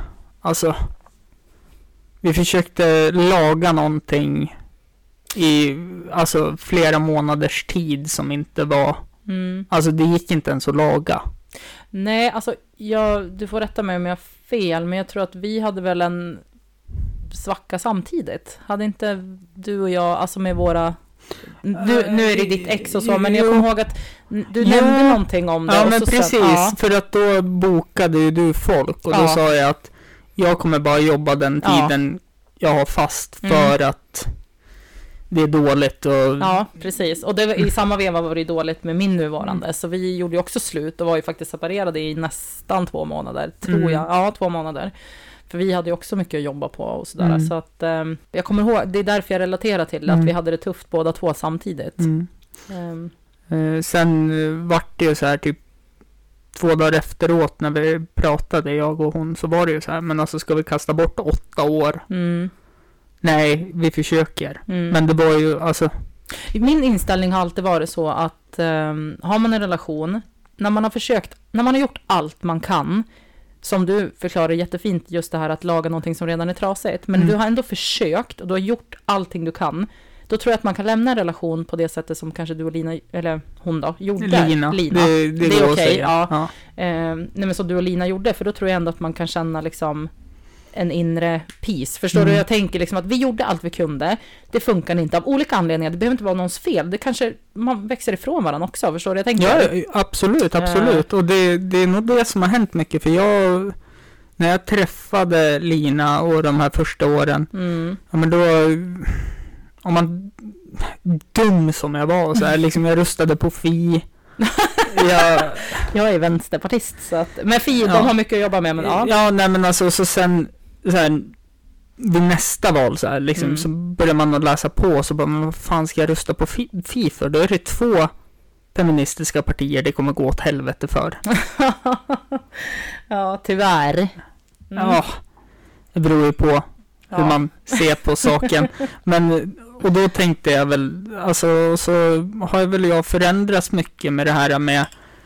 vi försökte laga någonting i alltså flera månaders tid som inte var, alltså det gick inte ens att laga. Nej, alltså du får rätta mig om jag har fel, men jag tror att vi hade väl en svacka samtidigt. Hade inte du och jag, alltså med våra... nu är det ditt ex och så, men jag kommer ihåg att du nämnde någonting om det. Ja, och men så precis, för att då bokade ju du folk och då sa jag att jag kommer bara jobba den tiden jag har fast för att det är dåligt. Och... Ja, precis. Och i samma veva var det dåligt med min nuvarande. Så vi gjorde ju också slut och var ju faktiskt separerade i nästan 2 månader, tror jag. Ja, 2 månader. För vi hade ju också mycket att jobba på och sådär. Så att jag kommer ihåg, det är därför jag relaterar till att vi hade det tufft båda två samtidigt. Sen vart det ju så här typ 2 dagar efteråt när vi pratade, jag och hon, så var det ju så här, men alltså ska vi kasta bort 8 år? Nej, vi försöker. Men det var ju alltså... Min inställning har alltid varit så att har man en relation, när man har gjort allt man kan, som du förklarar jättefint, just det här att laga någonting som redan är trasigt, men du har ändå försökt och du har gjort allting du kan, då tror jag att man kan lämna en relation på det sättet som kanske du och Lina, eller hon då, gjorde. Lina. Det är okej. Ja. Nej, men som du och Lina gjorde, för då tror jag ändå att man kan känna liksom en inre peace. Förstår du? Jag tänker liksom att vi gjorde allt vi kunde. Det funkar inte av olika anledningar. Det behöver inte vara någons fel. Det kanske man växer ifrån varandra också. Förstår du? Jag tänker. Ja, absolut. Och det är nog det som har hänt mycket. För när jag träffade Lina och de här första åren, ja, men då, om man dum som jag var, så här, liksom jag röstade på Fi. Jag är vänsterpartist, så att, men Fi, de har mycket att jobba med, men ja, nej, men alltså så sen så här, vid nästa val så här, liksom, så börjar man att läsa på, så bara, men vad fan ska jag rösta på Fi för? Då är det 2 feministiska partier det kommer gå åt helvete för. Ja, tyvärr. Ja, det beror ju på hur man ser på saken. Men, och då tänkte jag väl, alltså, så har väl jag förändrats mycket med det här med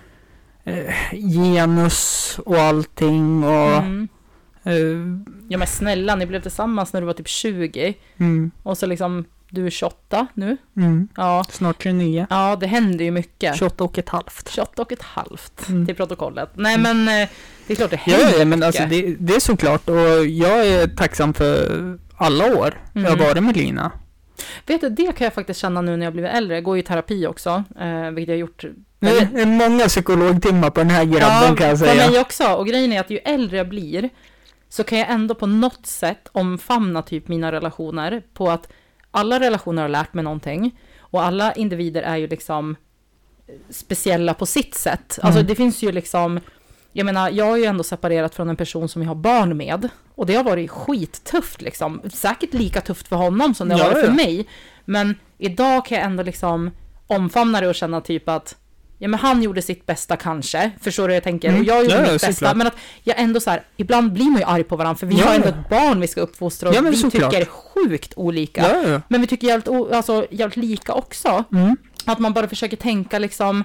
genus och allting och ja, men snälla, ni blev tillsammans när du var typ 20 och så liksom Du är 28 nu. Ja. Snart 29. Ja, det händer ju mycket. 28 och ett halvt. 28 och ett halvt till protokollet. Nej, men det är klart det händer men mycket. alltså det är såklart. Och jag är tacksam för alla år jag har varit med Lina. Vet du, det kan jag faktiskt känna nu när jag blivit äldre. Jag går ju i terapi också, vilket jag har gjort. Det är många psykologtimmar på den här grabben, kan jag säga. Ja, för mig också. Och grejen är att ju äldre jag blir så kan jag ändå på något sätt omfamna typ mina relationer på att alla relationer har lärt mig någonting. Och alla individer är ju liksom speciella på sitt sätt. Alltså det finns ju liksom, jag menar, jag har ju ändå separerat från en person som jag har barn med. Och det har varit skittufft liksom. Säkert lika tufft för honom som det har varit för mig. Men idag kan jag ändå liksom omfamna det och känna typ att ja, men han gjorde sitt bästa kanske. Förstår du vad jag tänker? Och jag gjorde mitt bästa. Klart. Men att jag ändå så här, ibland blir man ju arg på varandra. För vi har ändå ett barn vi ska uppfostra. Och vi tycker sjukt olika. Men vi tycker jävligt lika också. Att man bara försöker tänka liksom,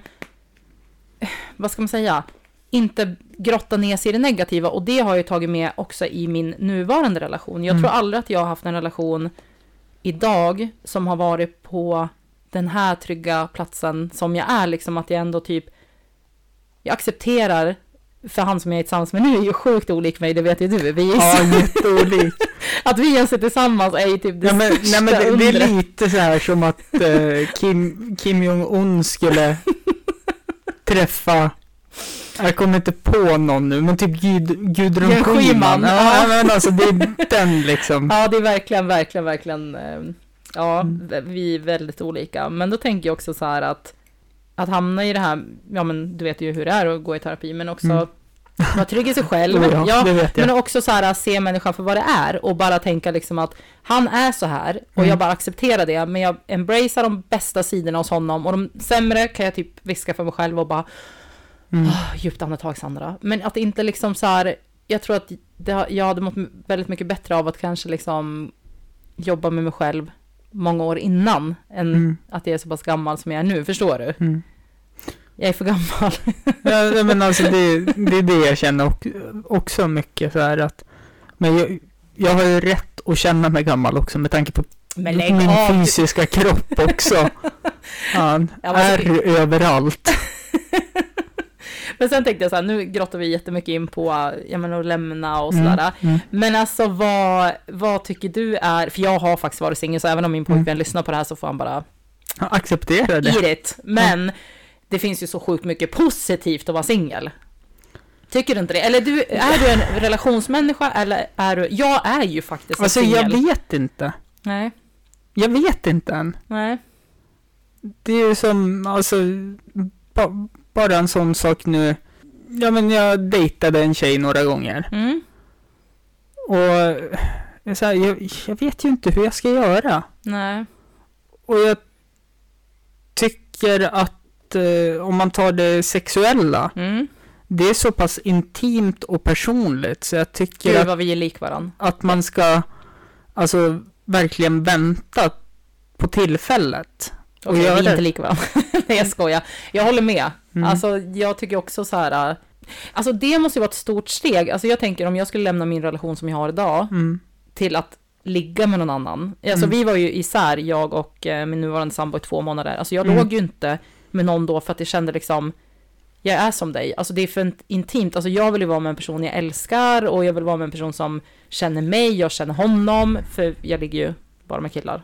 vad ska man säga? Inte grotta ner sig i det negativa. Och det har jag tagit med också i min nuvarande relation. Jag tror aldrig att jag har haft en relation idag som har varit på den här trygga platsen som jag är. Liksom att jag ändå typ, jag accepterar, för han som jag är tillsammans med nu är ju sjukt olik mig, det vet ju du. Vi är jätteolik. Att vi ens är tillsammans är ju typ det största det är lite så här som att Kim Jong-Un skulle träffa, jag kommer inte på någon nu, men typ Gudrun Schyman. Ja, men alltså det är den liksom. Ja, det är verkligen vi är väldigt olika. Men då tänker jag också så här att hamna i det här, ja men du vet ju hur det är att gå i terapi, men också vara trygg i sig själv. Det vet jag. Men också så här se människan för vad det är och bara tänka liksom att han är så här och jag bara accepterar det, men jag embracear de bästa sidorna hos honom och de sämre kan jag typ viska för mig själv och bara djupt andetag, Sandra. Men att inte liksom så här, jag tror att jag hade mått väldigt mycket bättre av att kanske liksom jobba med mig själv många år innan än att jag är så pass gammal som jag är nu, förstår du? Jag är för gammal. Ja, men alltså det är det jag känner också mycket så här att, men jag har ju rätt att känna mig gammal också med tanke på min fysiska kropp också. Han är överallt. Men sen tänkte jag så här, nu grottar vi jättemycket in på att lämna och sådär. Men alltså vad tycker du är, för jag har faktiskt varit singel, så även om min pojkvän lyssnar på det här så får han bara acceptera det. Men det finns ju så sjukt mycket positivt att vara singel. Tycker du inte det? Eller är du en relationsmänniska eller är du, jag är ju faktiskt alltså singel. Jag vet inte. Nej. Jag vet inte än. Nej. Det är ju som, alltså bara en sån sak nu. Ja, men jag dejtade en tjej några gånger. Och jag vet ju inte hur jag ska göra. Nej. Och jag tycker att om man tar det sexuella, det är så pass intimt och personligt, så jag tycker vad vi är lik varann. Att man ska alltså verkligen vänta på tillfället. Okej, vi är inte lika varandra. Nej, jag skojar. Jag håller med. Alltså, jag tycker också så här, alltså det måste ju vara ett stort steg. Alltså jag tänker om jag skulle lämna min relation som jag har idag till att ligga med någon annan. Alltså vi var ju isär, jag och min nuvarande sambo i 2 månader. Alltså jag låg ju inte med någon då för att jag kände liksom, jag är som dig. Alltså det är för intimt. Alltså jag vill ju vara med en person jag älskar och jag vill vara med en person som känner mig, jag känner honom, för jag ligger ju bara med killar.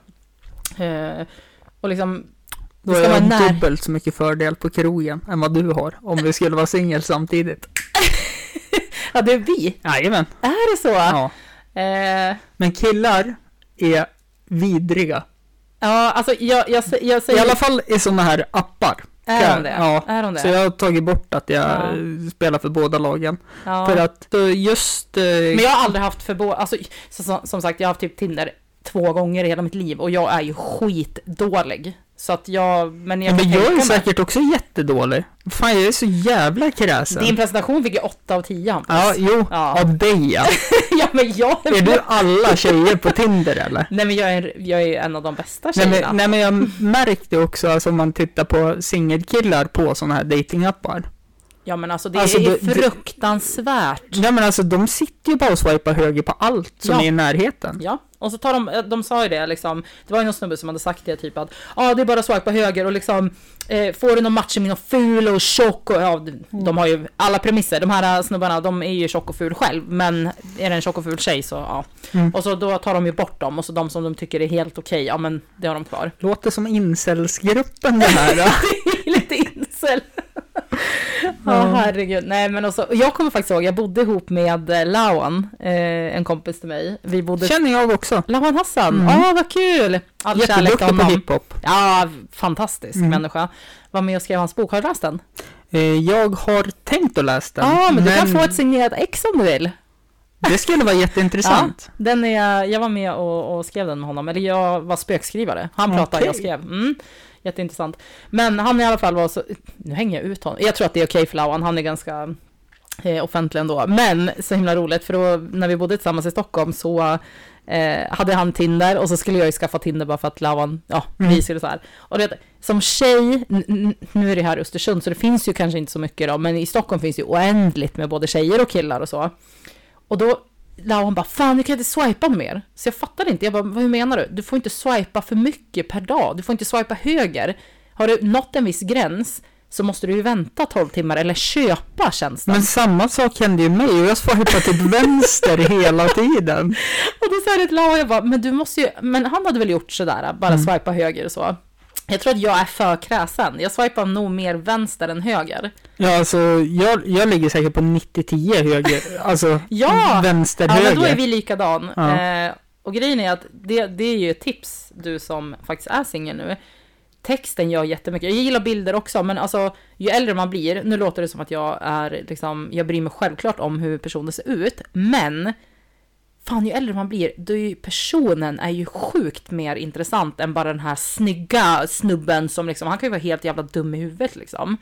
Och liksom då är jag dubbelt så mycket fördel på krogen än vad du har om vi skulle vara singel samtidigt. Ja, det är vi. Jajamän. Är det så? Ja. Men killar är vidriga. Ja, alltså jag säger... I alla fall i såna här appar. Är de det? Ja, är de det? Så jag har tagit bort att jag spelar för båda lagen. Ja. För att just... Men jag har aldrig haft för båda... Alltså, som sagt, jag har haft typ Tinder 2 gånger i hela mitt liv och jag är ju skitdålig. Så att men jag är säkert också jättedålig. Fan, jag är så jävla kräsen. Din presentation fick ju 8 av 10. Ja, jo, av dig. Ja. Ja, men är du alla tjejer på Tinder eller? Nej, men jag är en av de bästa tjejerna. Nej, men jag märkte också, alltså, om man tittar på singelkillar på såna här datingappar. Ja, men alltså det är fruktansvärt. Ja, men alltså de sitter ju bara och swipar höger på allt som är i närheten. Ja, och så tar de sa ju det liksom, det var ju någon snubbe som hade sagt det typ att det är bara att swipa höger och liksom får du någon match med någon ful och tjock och de har ju alla premisser, de här snubbarna, de är ju tjock och ful själv, men är det en tjock och ful tjej så och så då tar de ju bort dem och så de som de tycker är helt okej, ja men det har de kvar. Låter som incelsgruppen det här. Det är lite incel. Herregud. Nej, men också, jag kommer faktiskt ihåg, jag bodde ihop med Lawan, en kompis till mig. Känner jag också. Lawan Hassan, vad kul! All kärlek till honom. På hiphop. Ja, fantastisk människa. Var med och skrev hans bok, har du läst den? Jag har tänkt att läsa den. Ja, men du kan få ett signerat ex om du vill. Det skulle vara jätteintressant. Ja, jag var med och skrev den med honom, eller jag var spökskrivare. Han pratade, jag skrev. Jätteintressant. Men han i alla fall var så... Nu hänger jag ut honom. Jag tror att det är okej för Lawan. Han är ganska offentlig ändå. Men så himla roligt. För då, när vi bodde tillsammans i Stockholm så hade han Tinder. Och så skulle jag ju skaffa Tinder bara för att Lawan... vi skulle så här. Och det, som tjej... Nu är det här i Östersund så det finns ju kanske inte så mycket då. Men i Stockholm finns ju oändligt med både tjejer och killar och så. Och då... Lawan bara, fan du kan inte swipa mer. Så jag fattade inte, jag bara, hur menar du? Du får inte swipa för mycket per dag. Du får inte swipa höger. Har du nått en viss gräns så måste du ju vänta 12 timmar eller köpa tjänsten. Men samma sak hände ju mig och jag swipade till vänster hela tiden. Och då sa det till Lawan, jag bara, men du måste ju, men han hade väl gjort sådär, bara swipa höger och så. Jag tror att jag är för kräsen. Jag swipar nog mer vänster än höger. Ja, alltså jag ligger säkert på 90-10 höger. Alltså vänster höger. Ja, men då är vi likadan. Ja. Och grejen är att det är ju ett tips, du som faktiskt är singel nu. Texten gör jättemycket. Jag gillar bilder också, men alltså ju äldre man blir, nu låter det som att jag är liksom, jag bryr mig självklart om hur personen ser ut, men fan, ju äldre man blir, då är ju personen är ju sjukt mer intressant än bara den här snygga snubben som liksom, han kan ju vara helt jävla dum i huvudet liksom.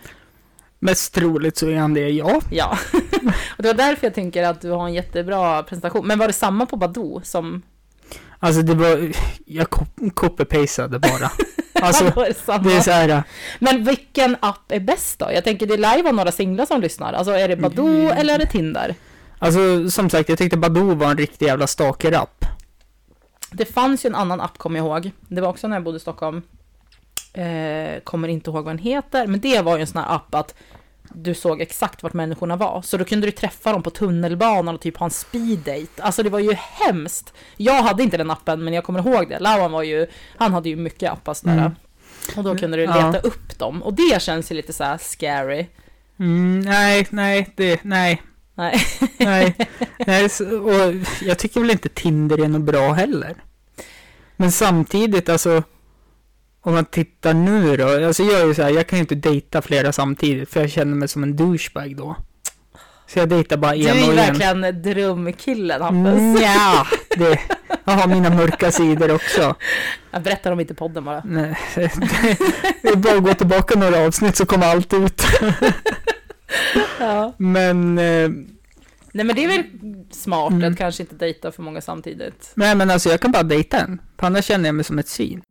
Mest troligt så är han det, ja. Ja, och det var därför jag tänker att du har en jättebra presentation. Men var det samma på Badoo som... Alltså det var, jag copy-pastade bara. Alltså det är så här. Men vilken app är bäst då? Jag tänker det lär ju vara några singlar som lyssnar. Alltså är det Badoo eller är det Tinder? Alltså som sagt, jag tyckte Badoo var en riktig jävla stalker-app. Det fanns ju en annan app, kommer jag ihåg. Det var också när jag bodde i Stockholm. Kommer inte ihåg vad den heter. Men det var ju en sån här app att du såg exakt vart människorna var. Så då kunde du träffa dem på tunnelbanan och typ ha en speeddate. Alltså det var ju hemskt. Jag hade inte den appen, men jag kommer ihåg det. Lawan var ju, han hade ju mycket appar sådär. Och då kunde du leta upp dem. Och det känns ju lite så här scary. Nej. Och jag tycker väl inte Tinder är något bra heller. Men samtidigt, alltså om man tittar nu då, alltså jag är ju så här, jag kan ju inte dejta flera samtidigt för jag känner mig som en douchebag då. Så jag dejtar bara en och en. Du är verkligen drömkillen, Hampus. Ja, jag har mina mörka sidor också. Jag berättar om inte podden bara. Nej, det är bara att gå tillbaka några avsnitt så kommer allt ut. Ja. Men... Nej, men det är väl smart att kanske inte dejta för många samtidigt. Nej, men alltså jag kan bara dejta en. På annars känner jag mig som ett svin.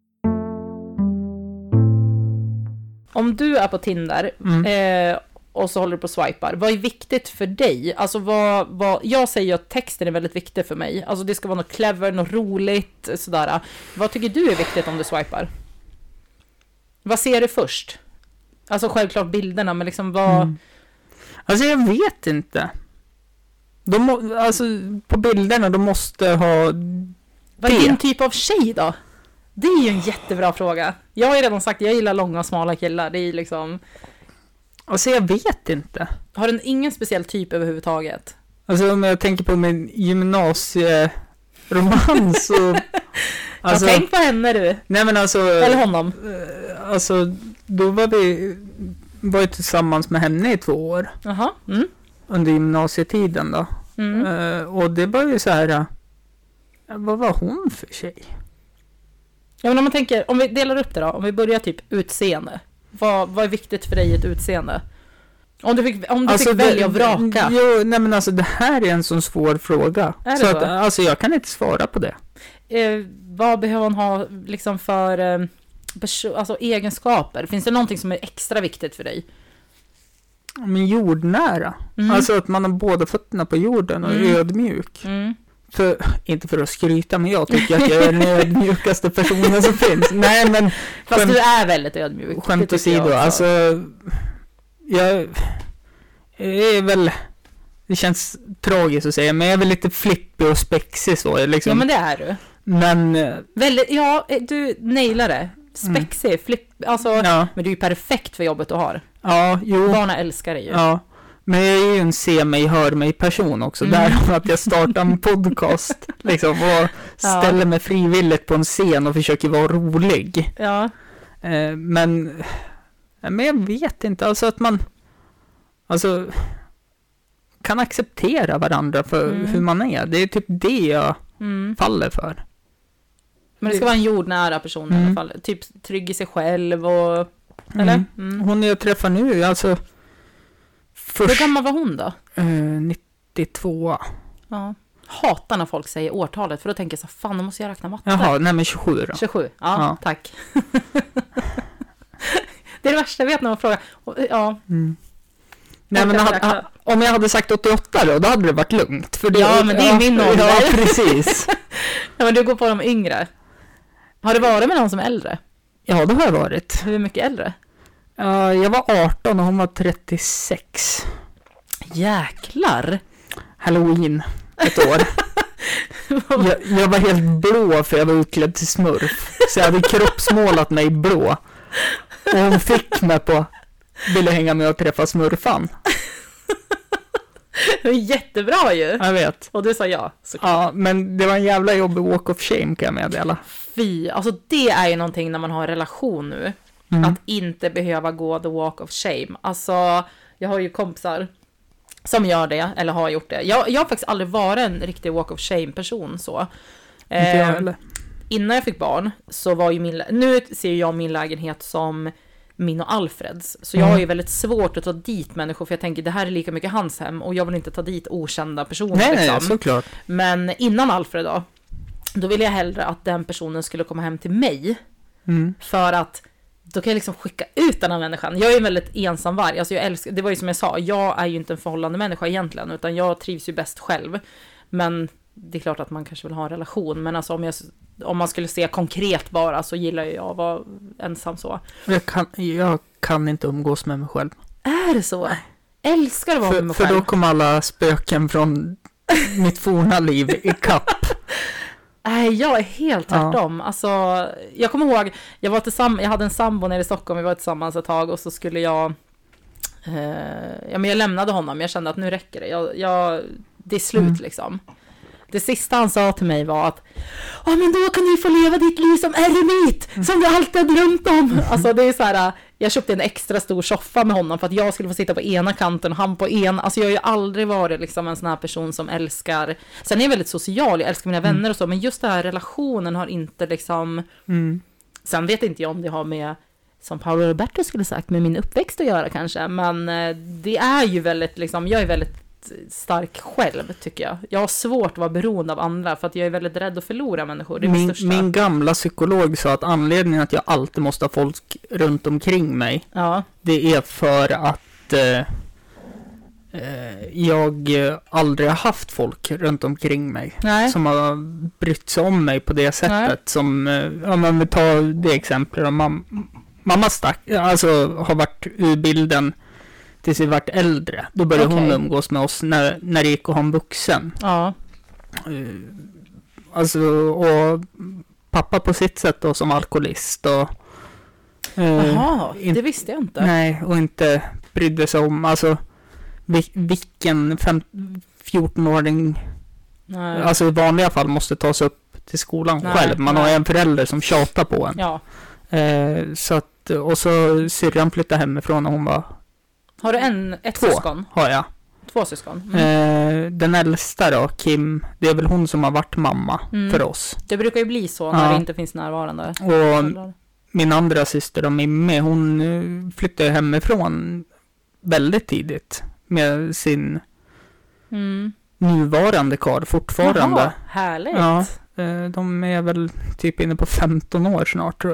Om du är på Tinder och så håller du på och swipar, vad är viktigt för dig? Alltså vad jag säger att texten är väldigt viktig för mig. Alltså det ska vara något clever, något roligt, sådär. Vad tycker du är viktigt om du swipar? Vad ser du först? Alltså självklart bilderna, men liksom vad... Alltså jag vet inte. Alltså på bilderna, de måste ha... Vad är din typ av tjej då? Det är ju en jättebra fråga. Jag har ju redan sagt, jag gillar långa och smala killar. Det är liksom... Alltså jag vet inte. Har den ingen speciell typ överhuvudtaget? Alltså om jag tänker på min gymnasieromans så... Alltså, tänk på henne du. Nej men alltså... Eller honom. Alltså då var vi tillsammans med henne i 2 år. Jaha. Under gymnasietiden då. Och det var ju så här... Vad var hon för tjej? Ja, men om man tänker, om vi delar upp det då. Om vi börjar typ utseende. Vad är viktigt för dig i ett utseende? Om du fick välja och vraka. Jo, nej men alltså det här är en sån svår fråga. Är det så? Att, alltså jag kan inte svara på det. Vad behöver hon ha liksom för alltså egenskaper? Finns det någonting som är extra viktigt för dig? Men jordnära. Alltså att man har båda fötterna på jorden och är ödmjuk. Inte för att skryta, men jag tycker att jag är den ödmjukaste personen som finns. Nej, men... Fast du är väldigt ödmjuk. Skämt åsido, alltså... Jag är väl... Det känns tragiskt att säga, men jag är väl lite flippig och spexig så. Liksom. Ja, men det är du. Men... Väldigt, ja, du nailar det. Spexig, alltså... Ja. Men du är ju perfekt för jobbet du har. Ja, jo. Barna älskar dig ju. Ja. Men jag är ju en se mig, hör mig person också. Därav att jag startar en podcast liksom, och ställer mig frivilligt på en scen och försöker vara rolig. Ja. Men jag vet inte. Alltså att man kan acceptera varandra för hur man är. Det är typ det jag faller för. Men det ska vara en jordnära person i alla fall. Typ trygg i sig själv och... Eller? Hon jag träffar nu, alltså... Hur gammal var hon då? 92. Ja. Hatar när folk säger årtalet, för då tänker jag så fan, då måste jag räkna matte. Jaha, nej men 27 då. 27, ja. Tack. Det är det värsta jag vet när man frågar. Ja. Nej, men om jag hade sagt 88 då hade det varit lugnt. För det, men det är min ålder. Ja, precis. Ja, men du går på de yngre. Har du varit med någon som är äldre? Ja, det har jag varit. Hur mycket äldre? Jag var 18 och hon var 36. Jäklar. Halloween, ett år. jag var helt blå för jag var utklädd till smurf. Så jag hade kroppsmålat mig blå. Och hon fick mig på, ville hänga med och träffa smurfan. Det är jättebra ju. Jag vet. Och du sa ja. Ja, men det var en jävla jobbig walk of shame kan jag meddela. Fy, alltså det är ju någonting när man har en relation nu. Att inte behöva gå the walk of shame. Alltså, jag har ju kompisar som gör det, eller har gjort det. Jag har faktiskt aldrig varit en riktig walk of shame person så. Inte jag heller. Innan jag fick barn så var ju nu ser jag min lägenhet som min och Alfreds. Så jag har ju väldigt svårt att ta dit människor, för jag tänker det här är lika mycket hans hem och jag vill inte ta dit okända personer. Nej, såklart. Men innan Alfred då ville jag hellre att den personen skulle komma hem till mig. För att då kan jag liksom skicka ut den här människan. Jag är en väldigt ensam varg. Alltså jag älskar, det var ju som jag sa, jag är ju inte en förhållande människa egentligen, utan jag trivs ju bäst själv. Men det är klart att man kanske vill ha en relation. Men alltså om man skulle se konkret bara, så gillar jag att vara ensam så. Jag kan inte umgås med mig själv. Är det så? Älskar att vara med mig själv. För då kommer alla spöken från mitt forna liv i kapp. Nej, jag är helt tvärtom. Ja. Alltså, jag kommer ihåg, jag hade en sambo nere i Stockholm, vi var tillsammans ett tag och så skulle jag lämnade honom, jag kände att nu räcker det. Det är slut liksom. Det sista han sa till mig var att men då kan du få leva ditt liv som eremit, som du alltid har drömt om. Alltså det är så här, jag köpte en extra stor soffa med honom för att jag skulle få sitta på ena kanten och han på ena. Alltså jag har ju aldrig varit liksom en sån här person som älskar. Sen är jag väldigt social, jag älskar mina vänner och så, men just den här relationen har inte liksom. Sen vet inte jag om det har med, som Paolo Roberto skulle sagt, med min uppväxt att göra kanske, men det är ju väldigt liksom, jag är väldigt stark själv tycker jag. Jag har svårt att vara beroende av andra för att jag är väldigt rädd att förlora människor. Det är min gamla psykolog sa att anledningen att jag alltid måste ha folk runt omkring mig, det är för att jag aldrig har haft folk runt omkring mig som har brytt sig om mig på det sättet. Nej. Som, om vi tar det exemplet, mamma har varit ur bilden tills vi vart äldre. Då började hon umgås med oss när det gick att ha en vuxen. Ja. Alltså, och pappa på sitt sätt då som alkoholist. Jaha, det visste jag inte. Nej, och inte brydde sig om, alltså vilken 14-åring alltså i vanliga fall måste ta sig upp till skolan själv. Man har en förälder som tjatar på en. Ja. Så att, och så syrran flyttade hemifrån när hon var. Har du ett syskon? Har jag. 2 syskon? Den äldsta då, Kim, det är väl hon som har varit mamma för oss. Det brukar ju bli så när det inte finns närvarande. Och min andra syster då, Mimmi, hon flyttade hemifrån väldigt tidigt med sin nuvarande karl fortfarande. Jaha, härligt. Ja, de är väl typ inne på 15 år snart tror jag.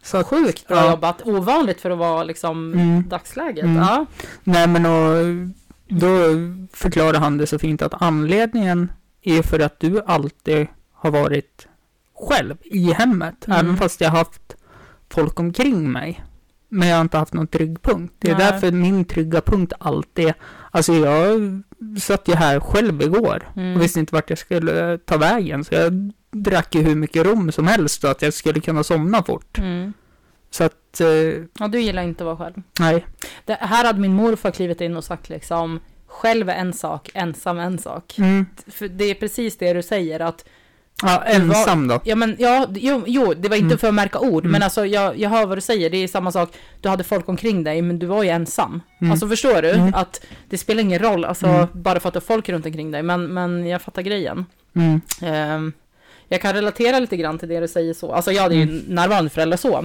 Så att, sjukt bra jobbat. Ovanligt för att vara liksom dagsläget. Ja. Nej, men då förklarar han det så fint att anledningen är för att du alltid har varit själv i hemmet. Även fast jag har haft folk omkring mig. Men jag har inte haft någon trygg punkt. Det är därför min trygga punkt alltid... Alltså jag satt ju här själv igår. Och visste inte vart jag skulle ta vägen. Så jag drack ju hur mycket rom som helst. Så att jag skulle kunna somna fort. Så att... Ja, du gillar inte att vara själv. Nej. Det här hade min morfar klivit in och sagt liksom... Själv är en sak, ensam en sak. För det är precis det du säger att... Ja, ensam då. Ja, men det var inte för att märka ord. Men alltså, jag hör vad du säger. Det är samma sak. Du hade folk omkring dig, men du var ju ensam. Alltså, förstår du? Att det spelar ingen roll. Alltså, bara för att du har folk runt omkring dig. Men jag fattar grejen. Jag kan relatera lite grann till det du säger så. Alltså, jag är ju närvarande förälder så.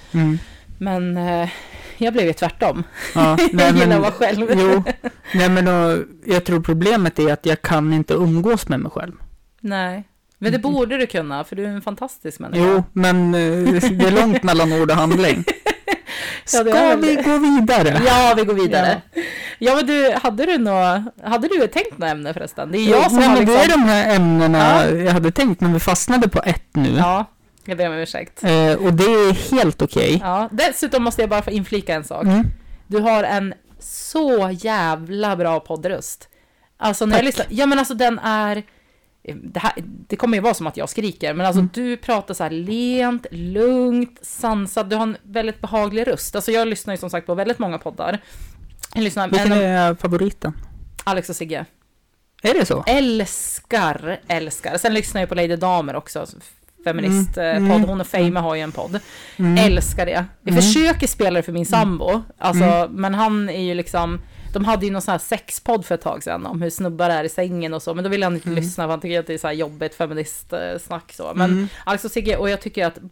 Men jag blev ju tvärtom. Ja, jag gillar att vara själv. Jo, nej, men jag tror problemet är att jag kan inte umgås med mig själv. Nej. Men det borde du kunna, för du är en fantastisk människa. Jo, men det är långt mellan ord och handling. Ska vi gå vidare? Ja, vi går vidare. Ja, men hade du tänkt några ämne förresten? Det är jag som har liksom... Det är de här ämnena jag hade tänkt, men vi fastnade på ett nu. Ja, jag ber om ursäkt. Och det är helt okej. Ja, dessutom måste jag bara få inflika en sak. Du har en så jävla bra poddröst. Alltså, när jag lyssnar... Ja, men alltså den är... Det kommer ju vara som att jag skriker, men alltså du pratar så här lent, lugnt, sansat. Du har en väldigt behaglig röst. Alltså jag lyssnar ju som sagt på väldigt många poddar. Vilken är favoriten? Alex och Sigge. Är det så? Älskar. Sen lyssnar jag på Lady Damer också. Feministpodd. Hon och Fame har ju en podd. Älskar det. Jag försöker spela det för min sambo. Alltså, men han är ju liksom... De hade ju någon sån här sexpodd för ett tag sedan om hur snubbar är i sängen och så. Men då vill han inte lyssna, för han tycker att det är så här jobbigt feministsnack så. Men Alex och Sigge, och jag tycker att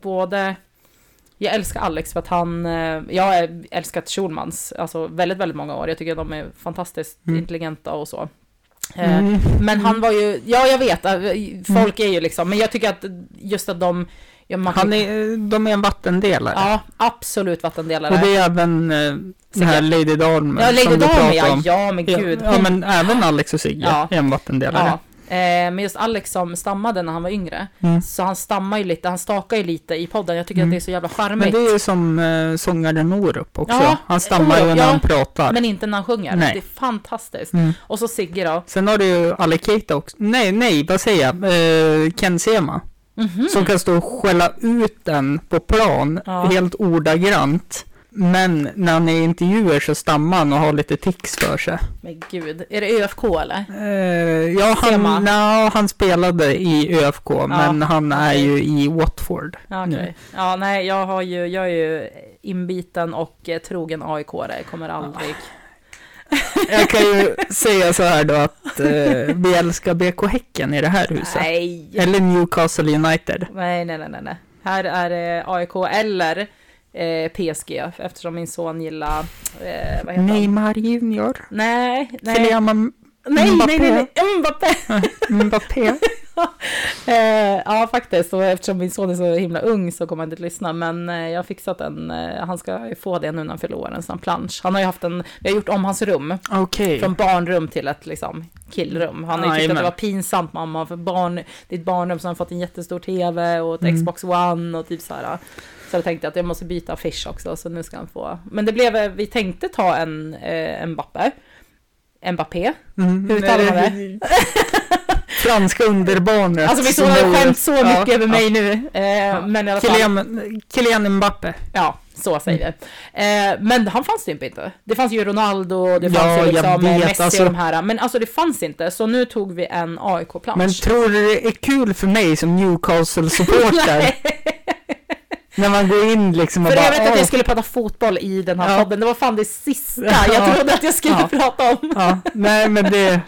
jag älskar Alex för att jag har älskat Schulmans alltså väldigt, väldigt många år. Jag tycker att de är fantastiskt intelligenta och så. Men han var ju, jag vet, folk är ju liksom, men jag tycker att just att de är en vattendelare. Ja, absolut vattendelare. Och det är även den här Lady Damer. Ja, Lady Damer, ja, men gud. Ja, men även Alex och Sigge är en vattendelare. Ja. Men just Alex som stammade när han var yngre. Så han stammar ju lite, han stakar ju lite i podden. Jag tycker att det är så jävla charmigt. Men det är ju som sångaren Orup också. Ja, han stammar ju när han pratar. Men inte när han sjunger. Nej. Det är fantastiskt. Och så Sigge då. Sen har du ju Alekita också. Nej, vad säger jag? Ken Sema. Som kan stå och skälla ut den på plan. Helt ordagrant. Men när han är i intervjuer så stammar han och har lite tics för sig. Men gud, är det ÖFK eller? Han spelade i ÖFK, men han är ju i Watford nu. Ja, nej, jag är ju inbiten och trogen AIK-are. Kommer aldrig... Jag kan ju säga så här då att vi älskar BK Häcken i det här huset. Nej. Eller Newcastle United. Nej. Här är det AIK eller PSG, eftersom min son gillar vad heter Neymar Junior. Nej. Mbappé. Ja, faktiskt. Och eftersom min son är så himla ung så kommer han inte att lyssna. Men jag har fixat han ska få det nu när han förlorar en sån plansch. Han har ju haft vi har gjort om hans rum. Okay. Från barnrum till ett liksom killrum. Han har ju tyckt att det var pinsamt, mamma, för det är ett barnrum som har fått en jättestor tv och ett Xbox One och typ så här. Så jag tänkte att jag måste byta affisch också, så nu ska han få. Men vi tänkte ta en Mbappé. Hur talar man det? Franska underbarnet. Alltså vi såg har skämt så mycket över mig nu. Men i alla fall. Kylian Mbappé. Ja, så säger vi. Men han fanns det inte. Det fanns ju Ronaldo, det fanns ju liksom Messi och de här. Men alltså det fanns inte, så nu tog vi en AIK-plansch. Men tror du det är kul för mig som Newcastle-supporter? När man går in liksom och för jag vet att jag skulle prata fotboll i den här podden. Det var fan det sista jag trodde att jag skulle prata om. Nej, men det...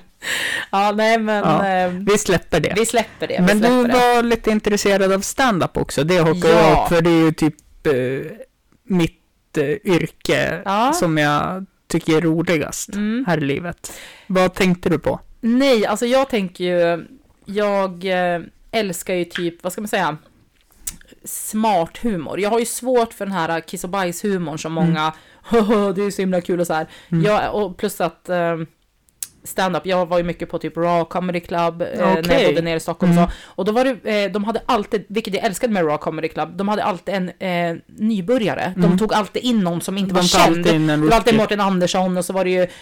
vi släpper det. Vi släpper det. Men du var lite intresserad av stand-up också. Det hockar jag upp, för det är ju typ mitt yrke som jag tycker är roligast här i livet. Vad tänkte du på? Nej, alltså jag tänker ju... Jag älskar ju typ, vad ska man säga... smart humor. Jag har ju svårt för den här kiss och bajs humorn som många, det är så himla kul och så här. Och plus att stand-up, jag var ju mycket på typ Raw Comedy Club när jag bodde nere i Stockholm och så. Och då var det, de hade alltid, vilket jag älskade med Raw Comedy Club, de hade alltid en nybörjare. De tog alltid in någon som inte var känd. Det var alltid Mårten Andersson och så var det ju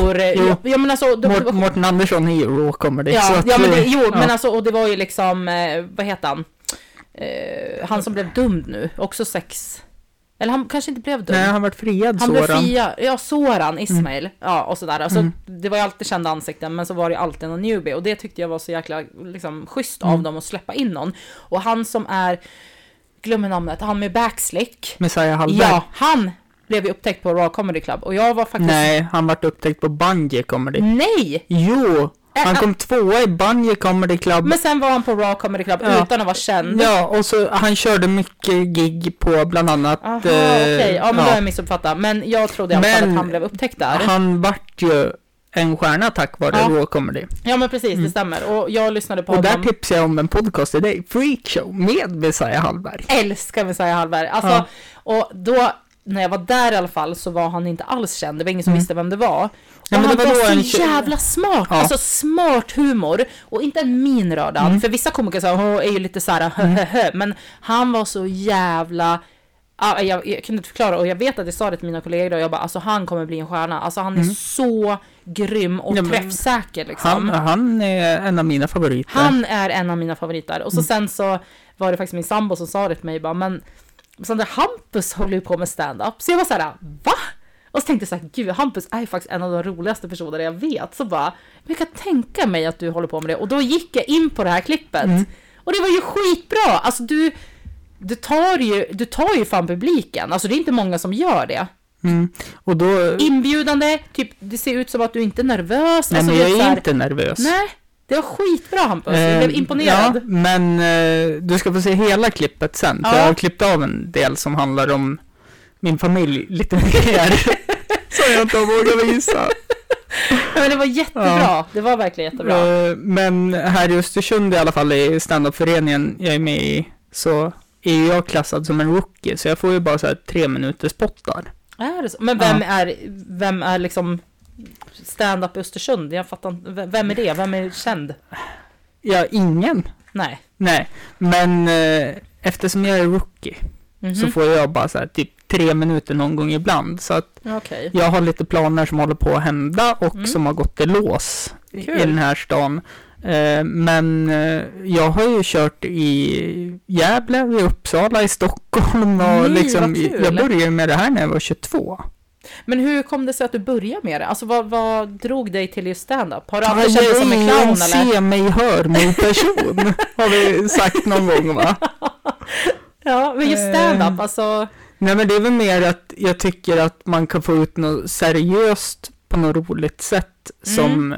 men alltså, Mårten Andersson är ju Raw Comedy. Men alltså, och det var ju liksom, vad heter han? Han som blev dömd nu, också sex. Eller han kanske inte blev dömd. Nej, han var friad, han Soran. Han blev fria, ja, Soran, Ismail. Ja, och sådär. Alltså, det var ju alltid kända ansikten, men så var det alltid någon newbie. Och det tyckte jag var så jäkla liksom, schysst av dem att släppa in någon. Och han som är, glömmer namnet, han med backslick. Messiah Hallberg. Ja, han blev ju upptäckt på Raw Comedy Club. Och jag var faktiskt... Nej, han var upptäckt på Bungee Comedy. Nej! Jo! Han kom 2 i Bungee Comedy Club. Men sen var han på Raw Comedy Club utan att vara känd. Ja, och så han körde mycket gig på bland annat... okej. Ja, men då har jag missuppfattat. Men jag trodde i alla fall att han blev upptäckt där. Han vart ju en stjärna tack vare Raw Comedy. Ja, men precis, det stämmer. Och jag lyssnade på honom. Och där tipsade jag om en podcast till dig, Freakshow, med Messiah Hallberg. Älskar Messiah Hallberg. Alltså, och då... När jag var där i alla fall så var han inte alls känd. Det var ingen som visste vem det var. Och men han var så jävla smart. Ja. Alltså smart humor. Och inte en minrördan. För vissa komiker så är ju lite så här men han var så jävla... Jag kunde inte förklara. Och jag vet att jag sa det till mina kollegor. Och jag bara, alltså han kommer bli en stjärna. Alltså han är så grym och träffsäker liksom. Han är en av mina favoriter. Han är en av mina favoriter. Och så sen så var det faktiskt min sambo som sa det till mig. Bara, men... Sandra, Hampus håller ju på med stand-up. Så jag var så här, va? Och så tänkte jag så här, gud, Hampus är faktiskt en av de roligaste personerna jag vet. Så bara, men jag kan tänka mig att du håller på med det. Och då gick jag in på det här klippet. Och det var ju skitbra. Alltså du tar ju fan publiken. Alltså det är inte många som gör det. Och då... Inbjudande, typ det ser ut som att du inte är nervös. Nej, alltså, men jag är här... inte nervös. Nej. Det var skitbra, Hampus. Jag blev imponerad. Ja, men du ska få se hela klippet sen. För jag har klippt av en del som handlar om min familj lite mer. Så jag inte vågar visa. Ja, men det var jättebra. Ja. Det var verkligen jättebra. Men här i Östersund i alla fall, i stand-up-föreningen jag är med i, så är jag klassad som en rookie. Så jag får ju bara så här 3 minuters spottar. Är det så? Men vem är liksom... stand-up i Östersund, jag fattar inte, vem är det? Vem är känd? Ja, ingen. Nej, men eftersom jag är rookie så får jag bara så här, typ 3 minuter någon gång ibland. Så att jag har lite planer som håller på att hända och som har gått i lås i den här stan. Men jag har ju kört i Gävle, i Uppsala, i Stockholm och liksom, jag började med det här när jag var 22. Men hur kom det sig att du började med det? Alltså vad drog dig till just stand-up? Har du alltid känt dig som en clown eller? Se mig, hör mig person, har vi sagt någon gång, va? Ja, men just stand-up, alltså... Nej, men det är väl mer att jag tycker att man kan få ut något seriöst på något roligt sätt som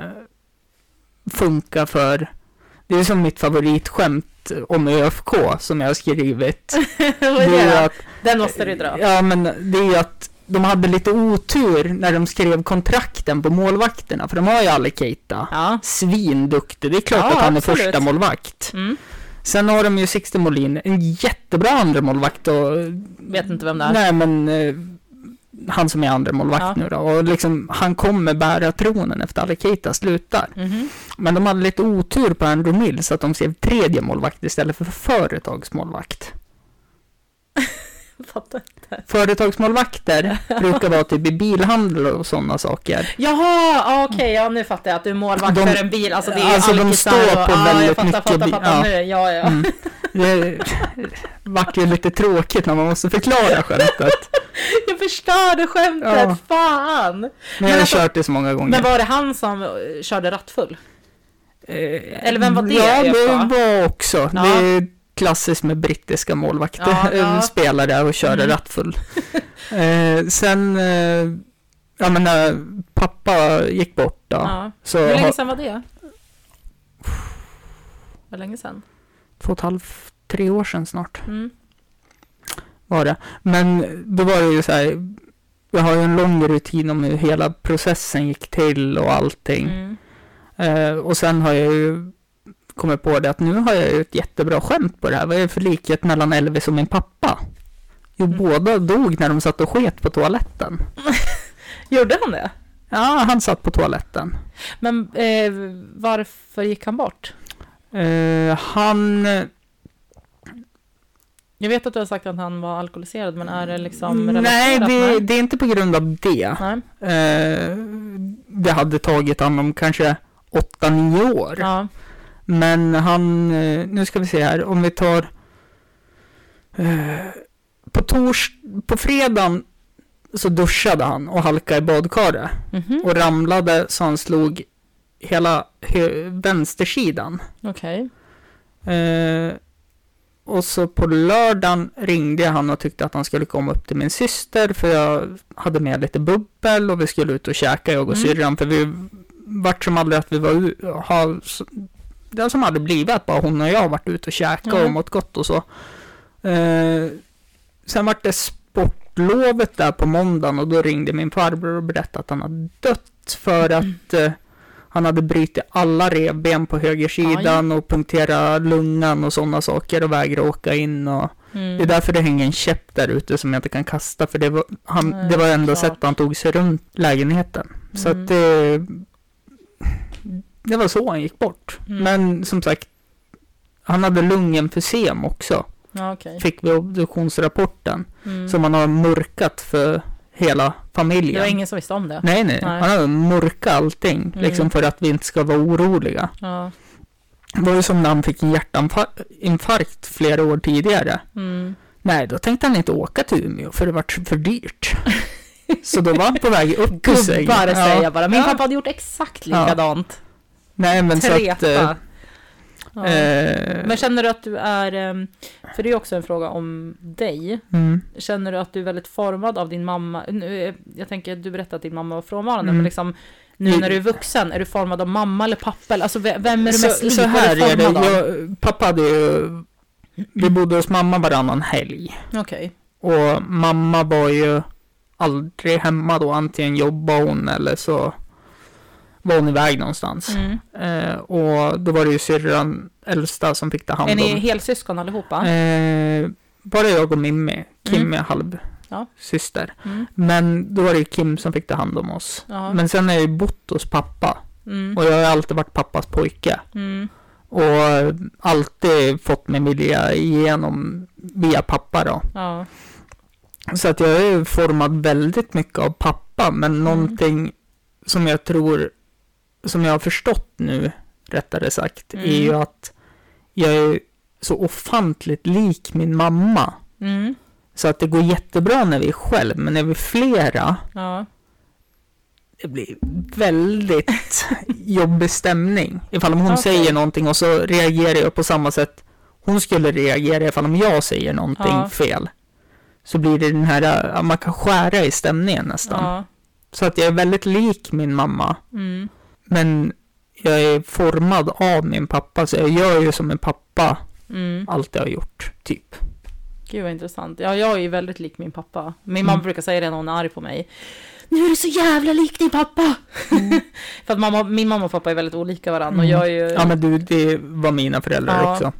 funkar för... Det är som mitt favoritskämt om ÖFK som jag har skrivit. Vad är det? Att, den måste du dra. Ja, men det är ju att de hade lite otur när de skrev kontrakten på målvakterna. För de har ju alla Keita. Ja. Svinduktig. Det är klart att han är första målvakt. Sen har de ju Sixten Molin. En jättebra andra målvakt. Och, vet inte vem det är. Nej, men han som är andra målvakt nu då. Och liksom, han kommer bära tronen efter alla Keita slutar. Men de hade lite otur på Andrew Mills. Så att de skrev tredje målvakt istället för företagsmålvakt. Företagsmålvakter brukar vara typ i bilhandel och sådana saker. Jaha, okej, ja, nu fattar jag att du är målvakt för en bil. Alltså det är alltså de står på väldigt mycket fattar nu. Ja. Det vart ju lite tråkigt när man måste förklara skämtet. Jag förstörde skämtet, fan. Men jag har kört det så många gånger. Men var det han som körde rattfull? Eller vem var det? Ja, det var också. Ja. Det är klassiskt med brittiska målvakter. Spelar där och körde rattfull. Sen ja, men när pappa gick bort då. Ja. Så hur länge sedan var det? Hur länge sedan? 2,5-3 år sedan snart. Var det. Men då var det ju så här, jag har ju en lång rutin om hur hela processen gick till och allting. Och sen har jag ju kommer på det att nu har jag ju ett jättebra skämt på det här. Vad är det för likhet mellan Elvis och min pappa? Jo, båda dog när de satt och sket på toaletten. Gjorde han det? Ja, han satt på toaletten. Men varför gick han bort? Jag vet att du har sagt att han var alkoholiserad, men är det liksom relaterat? Nej, det är inte på grund av det. Det hade tagit honom kanske 8-9 år. Ja. Men nu ska vi se här, om vi tar på fredagen så duschade han och halkade i badkaret och ramlade så han slog hela vänstersidan. Okej. Och så på lördagen ringde han och tyckte att han skulle komma upp till min syster, för jag hade med lite bubbel och vi skulle ut och käka, jag och syrran, för vi vart som aldrig att vi var det har som aldrig blivit att bara hon och jag varit ute och käka och mått gott och så. Sen vart det sportlovet där på måndagen och då ringde min farbror och berättade att han hade dött för att han hade brutit alla revben på högersidan och punkterat lungan och sådana saker och vägrar åka in. Och det är därför det hänger en käpp där ute som jag inte kan kasta, för det var enda sättet han tog sig runt lägenheten. Så att det var så han gick bort. Men som sagt, han hade lungemfysem också. Ja, okay. Fick vi obduktionsrapporten som man har mörkat för hela familjen. Det var ingen som visste om det? Nej. Han hade mörkat allting liksom för att vi inte ska vara oroliga. Ja. Det var ju som när han fick en hjärtinfarkt flera år tidigare. Nej, då tänkte han inte åka till Umeå för det var för dyrt. Så då var han på väg upp till sig. Gubbar säger jag bara. Min pappa hade gjort exakt likadant. Nej, men Trepa. Så att... Men känner du att du är, för det är också en fråga om dig, känner du att du är väldigt formad av din mamma? Jag tänker att du berättade att din mamma var frånvarande, men liksom nu när du är vuxen, är du formad av mamma eller pappa? Alltså vem är du mest lik? Så här är det, pappa hade ju, vi bodde hos mamma varannan helg. Okej. Och mamma var ju aldrig hemma då, antingen jobbade hon eller så var hon iväg någonstans. Och då var det ju syrran äldsta som fick ta hand om. Är ni helsyskon allihopa? Bara jag och Mimmi. Kim är halvsyster. Men då var det ju Kim som fick ta hand om oss. Ja. Men sen har jag ju bott hos pappa. Och jag har alltid varit pappas pojke. Och alltid fått mig vilja igenom via pappa då. Ja. Så att jag är formad väldigt mycket av pappa. Men någonting som jag tror, som jag har förstått nu, rättare sagt, är ju att jag är så ofantligt lik min mamma. Så att det går jättebra när vi är själv, men när vi är flera, det blir väldigt jobbig stämning. Ifall hon säger någonting och så reagerar jag på samma sätt hon skulle reagera ifall om jag säger någonting fel. Så blir det den här, man kan skära i stämningen nästan. Så att jag är väldigt lik min mamma. Men jag är formad av min pappa. Så jag gör ju som min pappa alltid har gjort, typ. Gud vad intressant. Ja, jag är ju väldigt lik min pappa. Min mamma brukar säga det när hon är arg på mig. Nu är du så jävla lik din pappa. För att min mamma och pappa är väldigt olika varandra. Och jag är ju... Ja, men det var mina föräldrar också.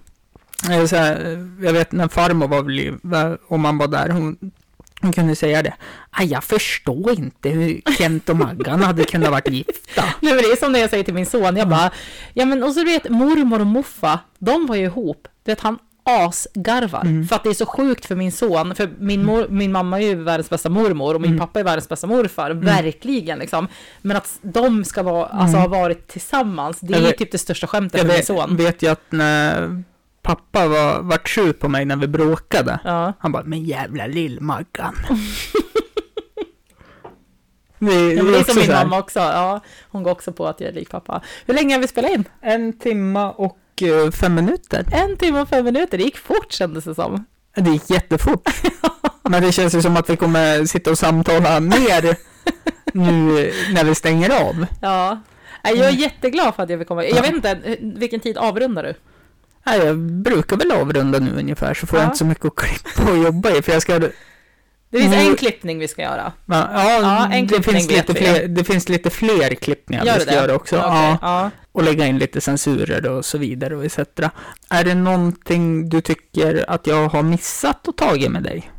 Jag vet när farmor var och man var där, hon kunde säga det. Jag förstår inte hur Kent och Maggan hade kunnat varit gifta. Nej, men det är som när jag säger till min son. Jag bara, ja men och så vet mormor och muffa, de var ju ihop. Du vet, han asgarvar. För att det är så sjukt för min son. För min mamma är ju världens bästa mormor och min pappa är världens bästa morfar. Verkligen liksom. Men att de ska vara, alltså ha varit tillsammans, det är typ det största skämtet för min son. Vet jag att när pappa vart sur på mig när vi bråkade. Han bara, men jävla lill-Maggan. det är som min mamma också. Ja, hon går också på att jag är lik pappa. Hur länge har vi spelat in? 1 timme och 5 minuter. 1 timme och 5 minuter. Det gick fort, kändes det som. Det gick jättefort. Men det känns ju som att vi kommer sitta och samtala mer nu när vi stänger av. Ja. Jag är jätteglad för att jag vill komma. Jag vet inte, vilken tid avrundar du? Jag brukar väl avrunda nu ungefär, så får jag inte så mycket att klippa och jobba i, för jag ska Det finns en klippning vi ska göra. Ja, en det klippning finns lite fler klippningar vi ska göra också. Okay. Ja. Och lägga in lite censurer och så vidare och etc. Är det någonting du tycker att jag har missat att ta med dig?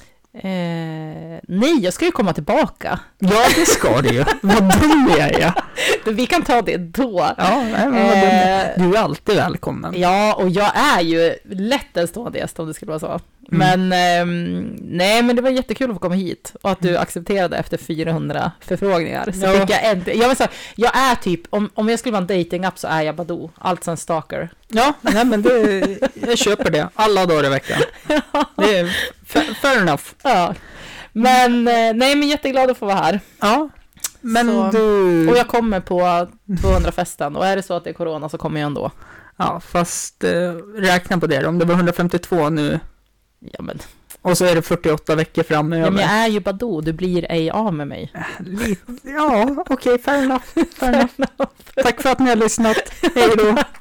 Nej, jag ska ju komma tillbaka. Ja, det ska du ju. Vad dum jag är. Vi kan ta det då. Ja, men du är alltid välkommen. Ja, och jag är ju lätt en stående gäst om det skulle vara så. Men nej, men det var jättekul att få komma hit och att du accepterade efter 400 förfrågningar. Så fick jag är typ, om jag skulle vara en dating-app så är jag Badoo, alltså en stalker. Ja, nej, men jag köper det alla dagar i veckan. Det är fair enough. Ja. Men nej, men jätteglad att få vara här. Ja. Men och jag kommer på 200-festen och är det så att det är corona så kommer jag ändå. Ja, fast räkna på det. Om det var 152 nu. Ja, men. Och så är det 48 veckor framöver. Ja, men jag är ju Badoo, du blir ej av med mig. Ja, okej, fair enough. Tack för att ni har lyssnat. Hej då.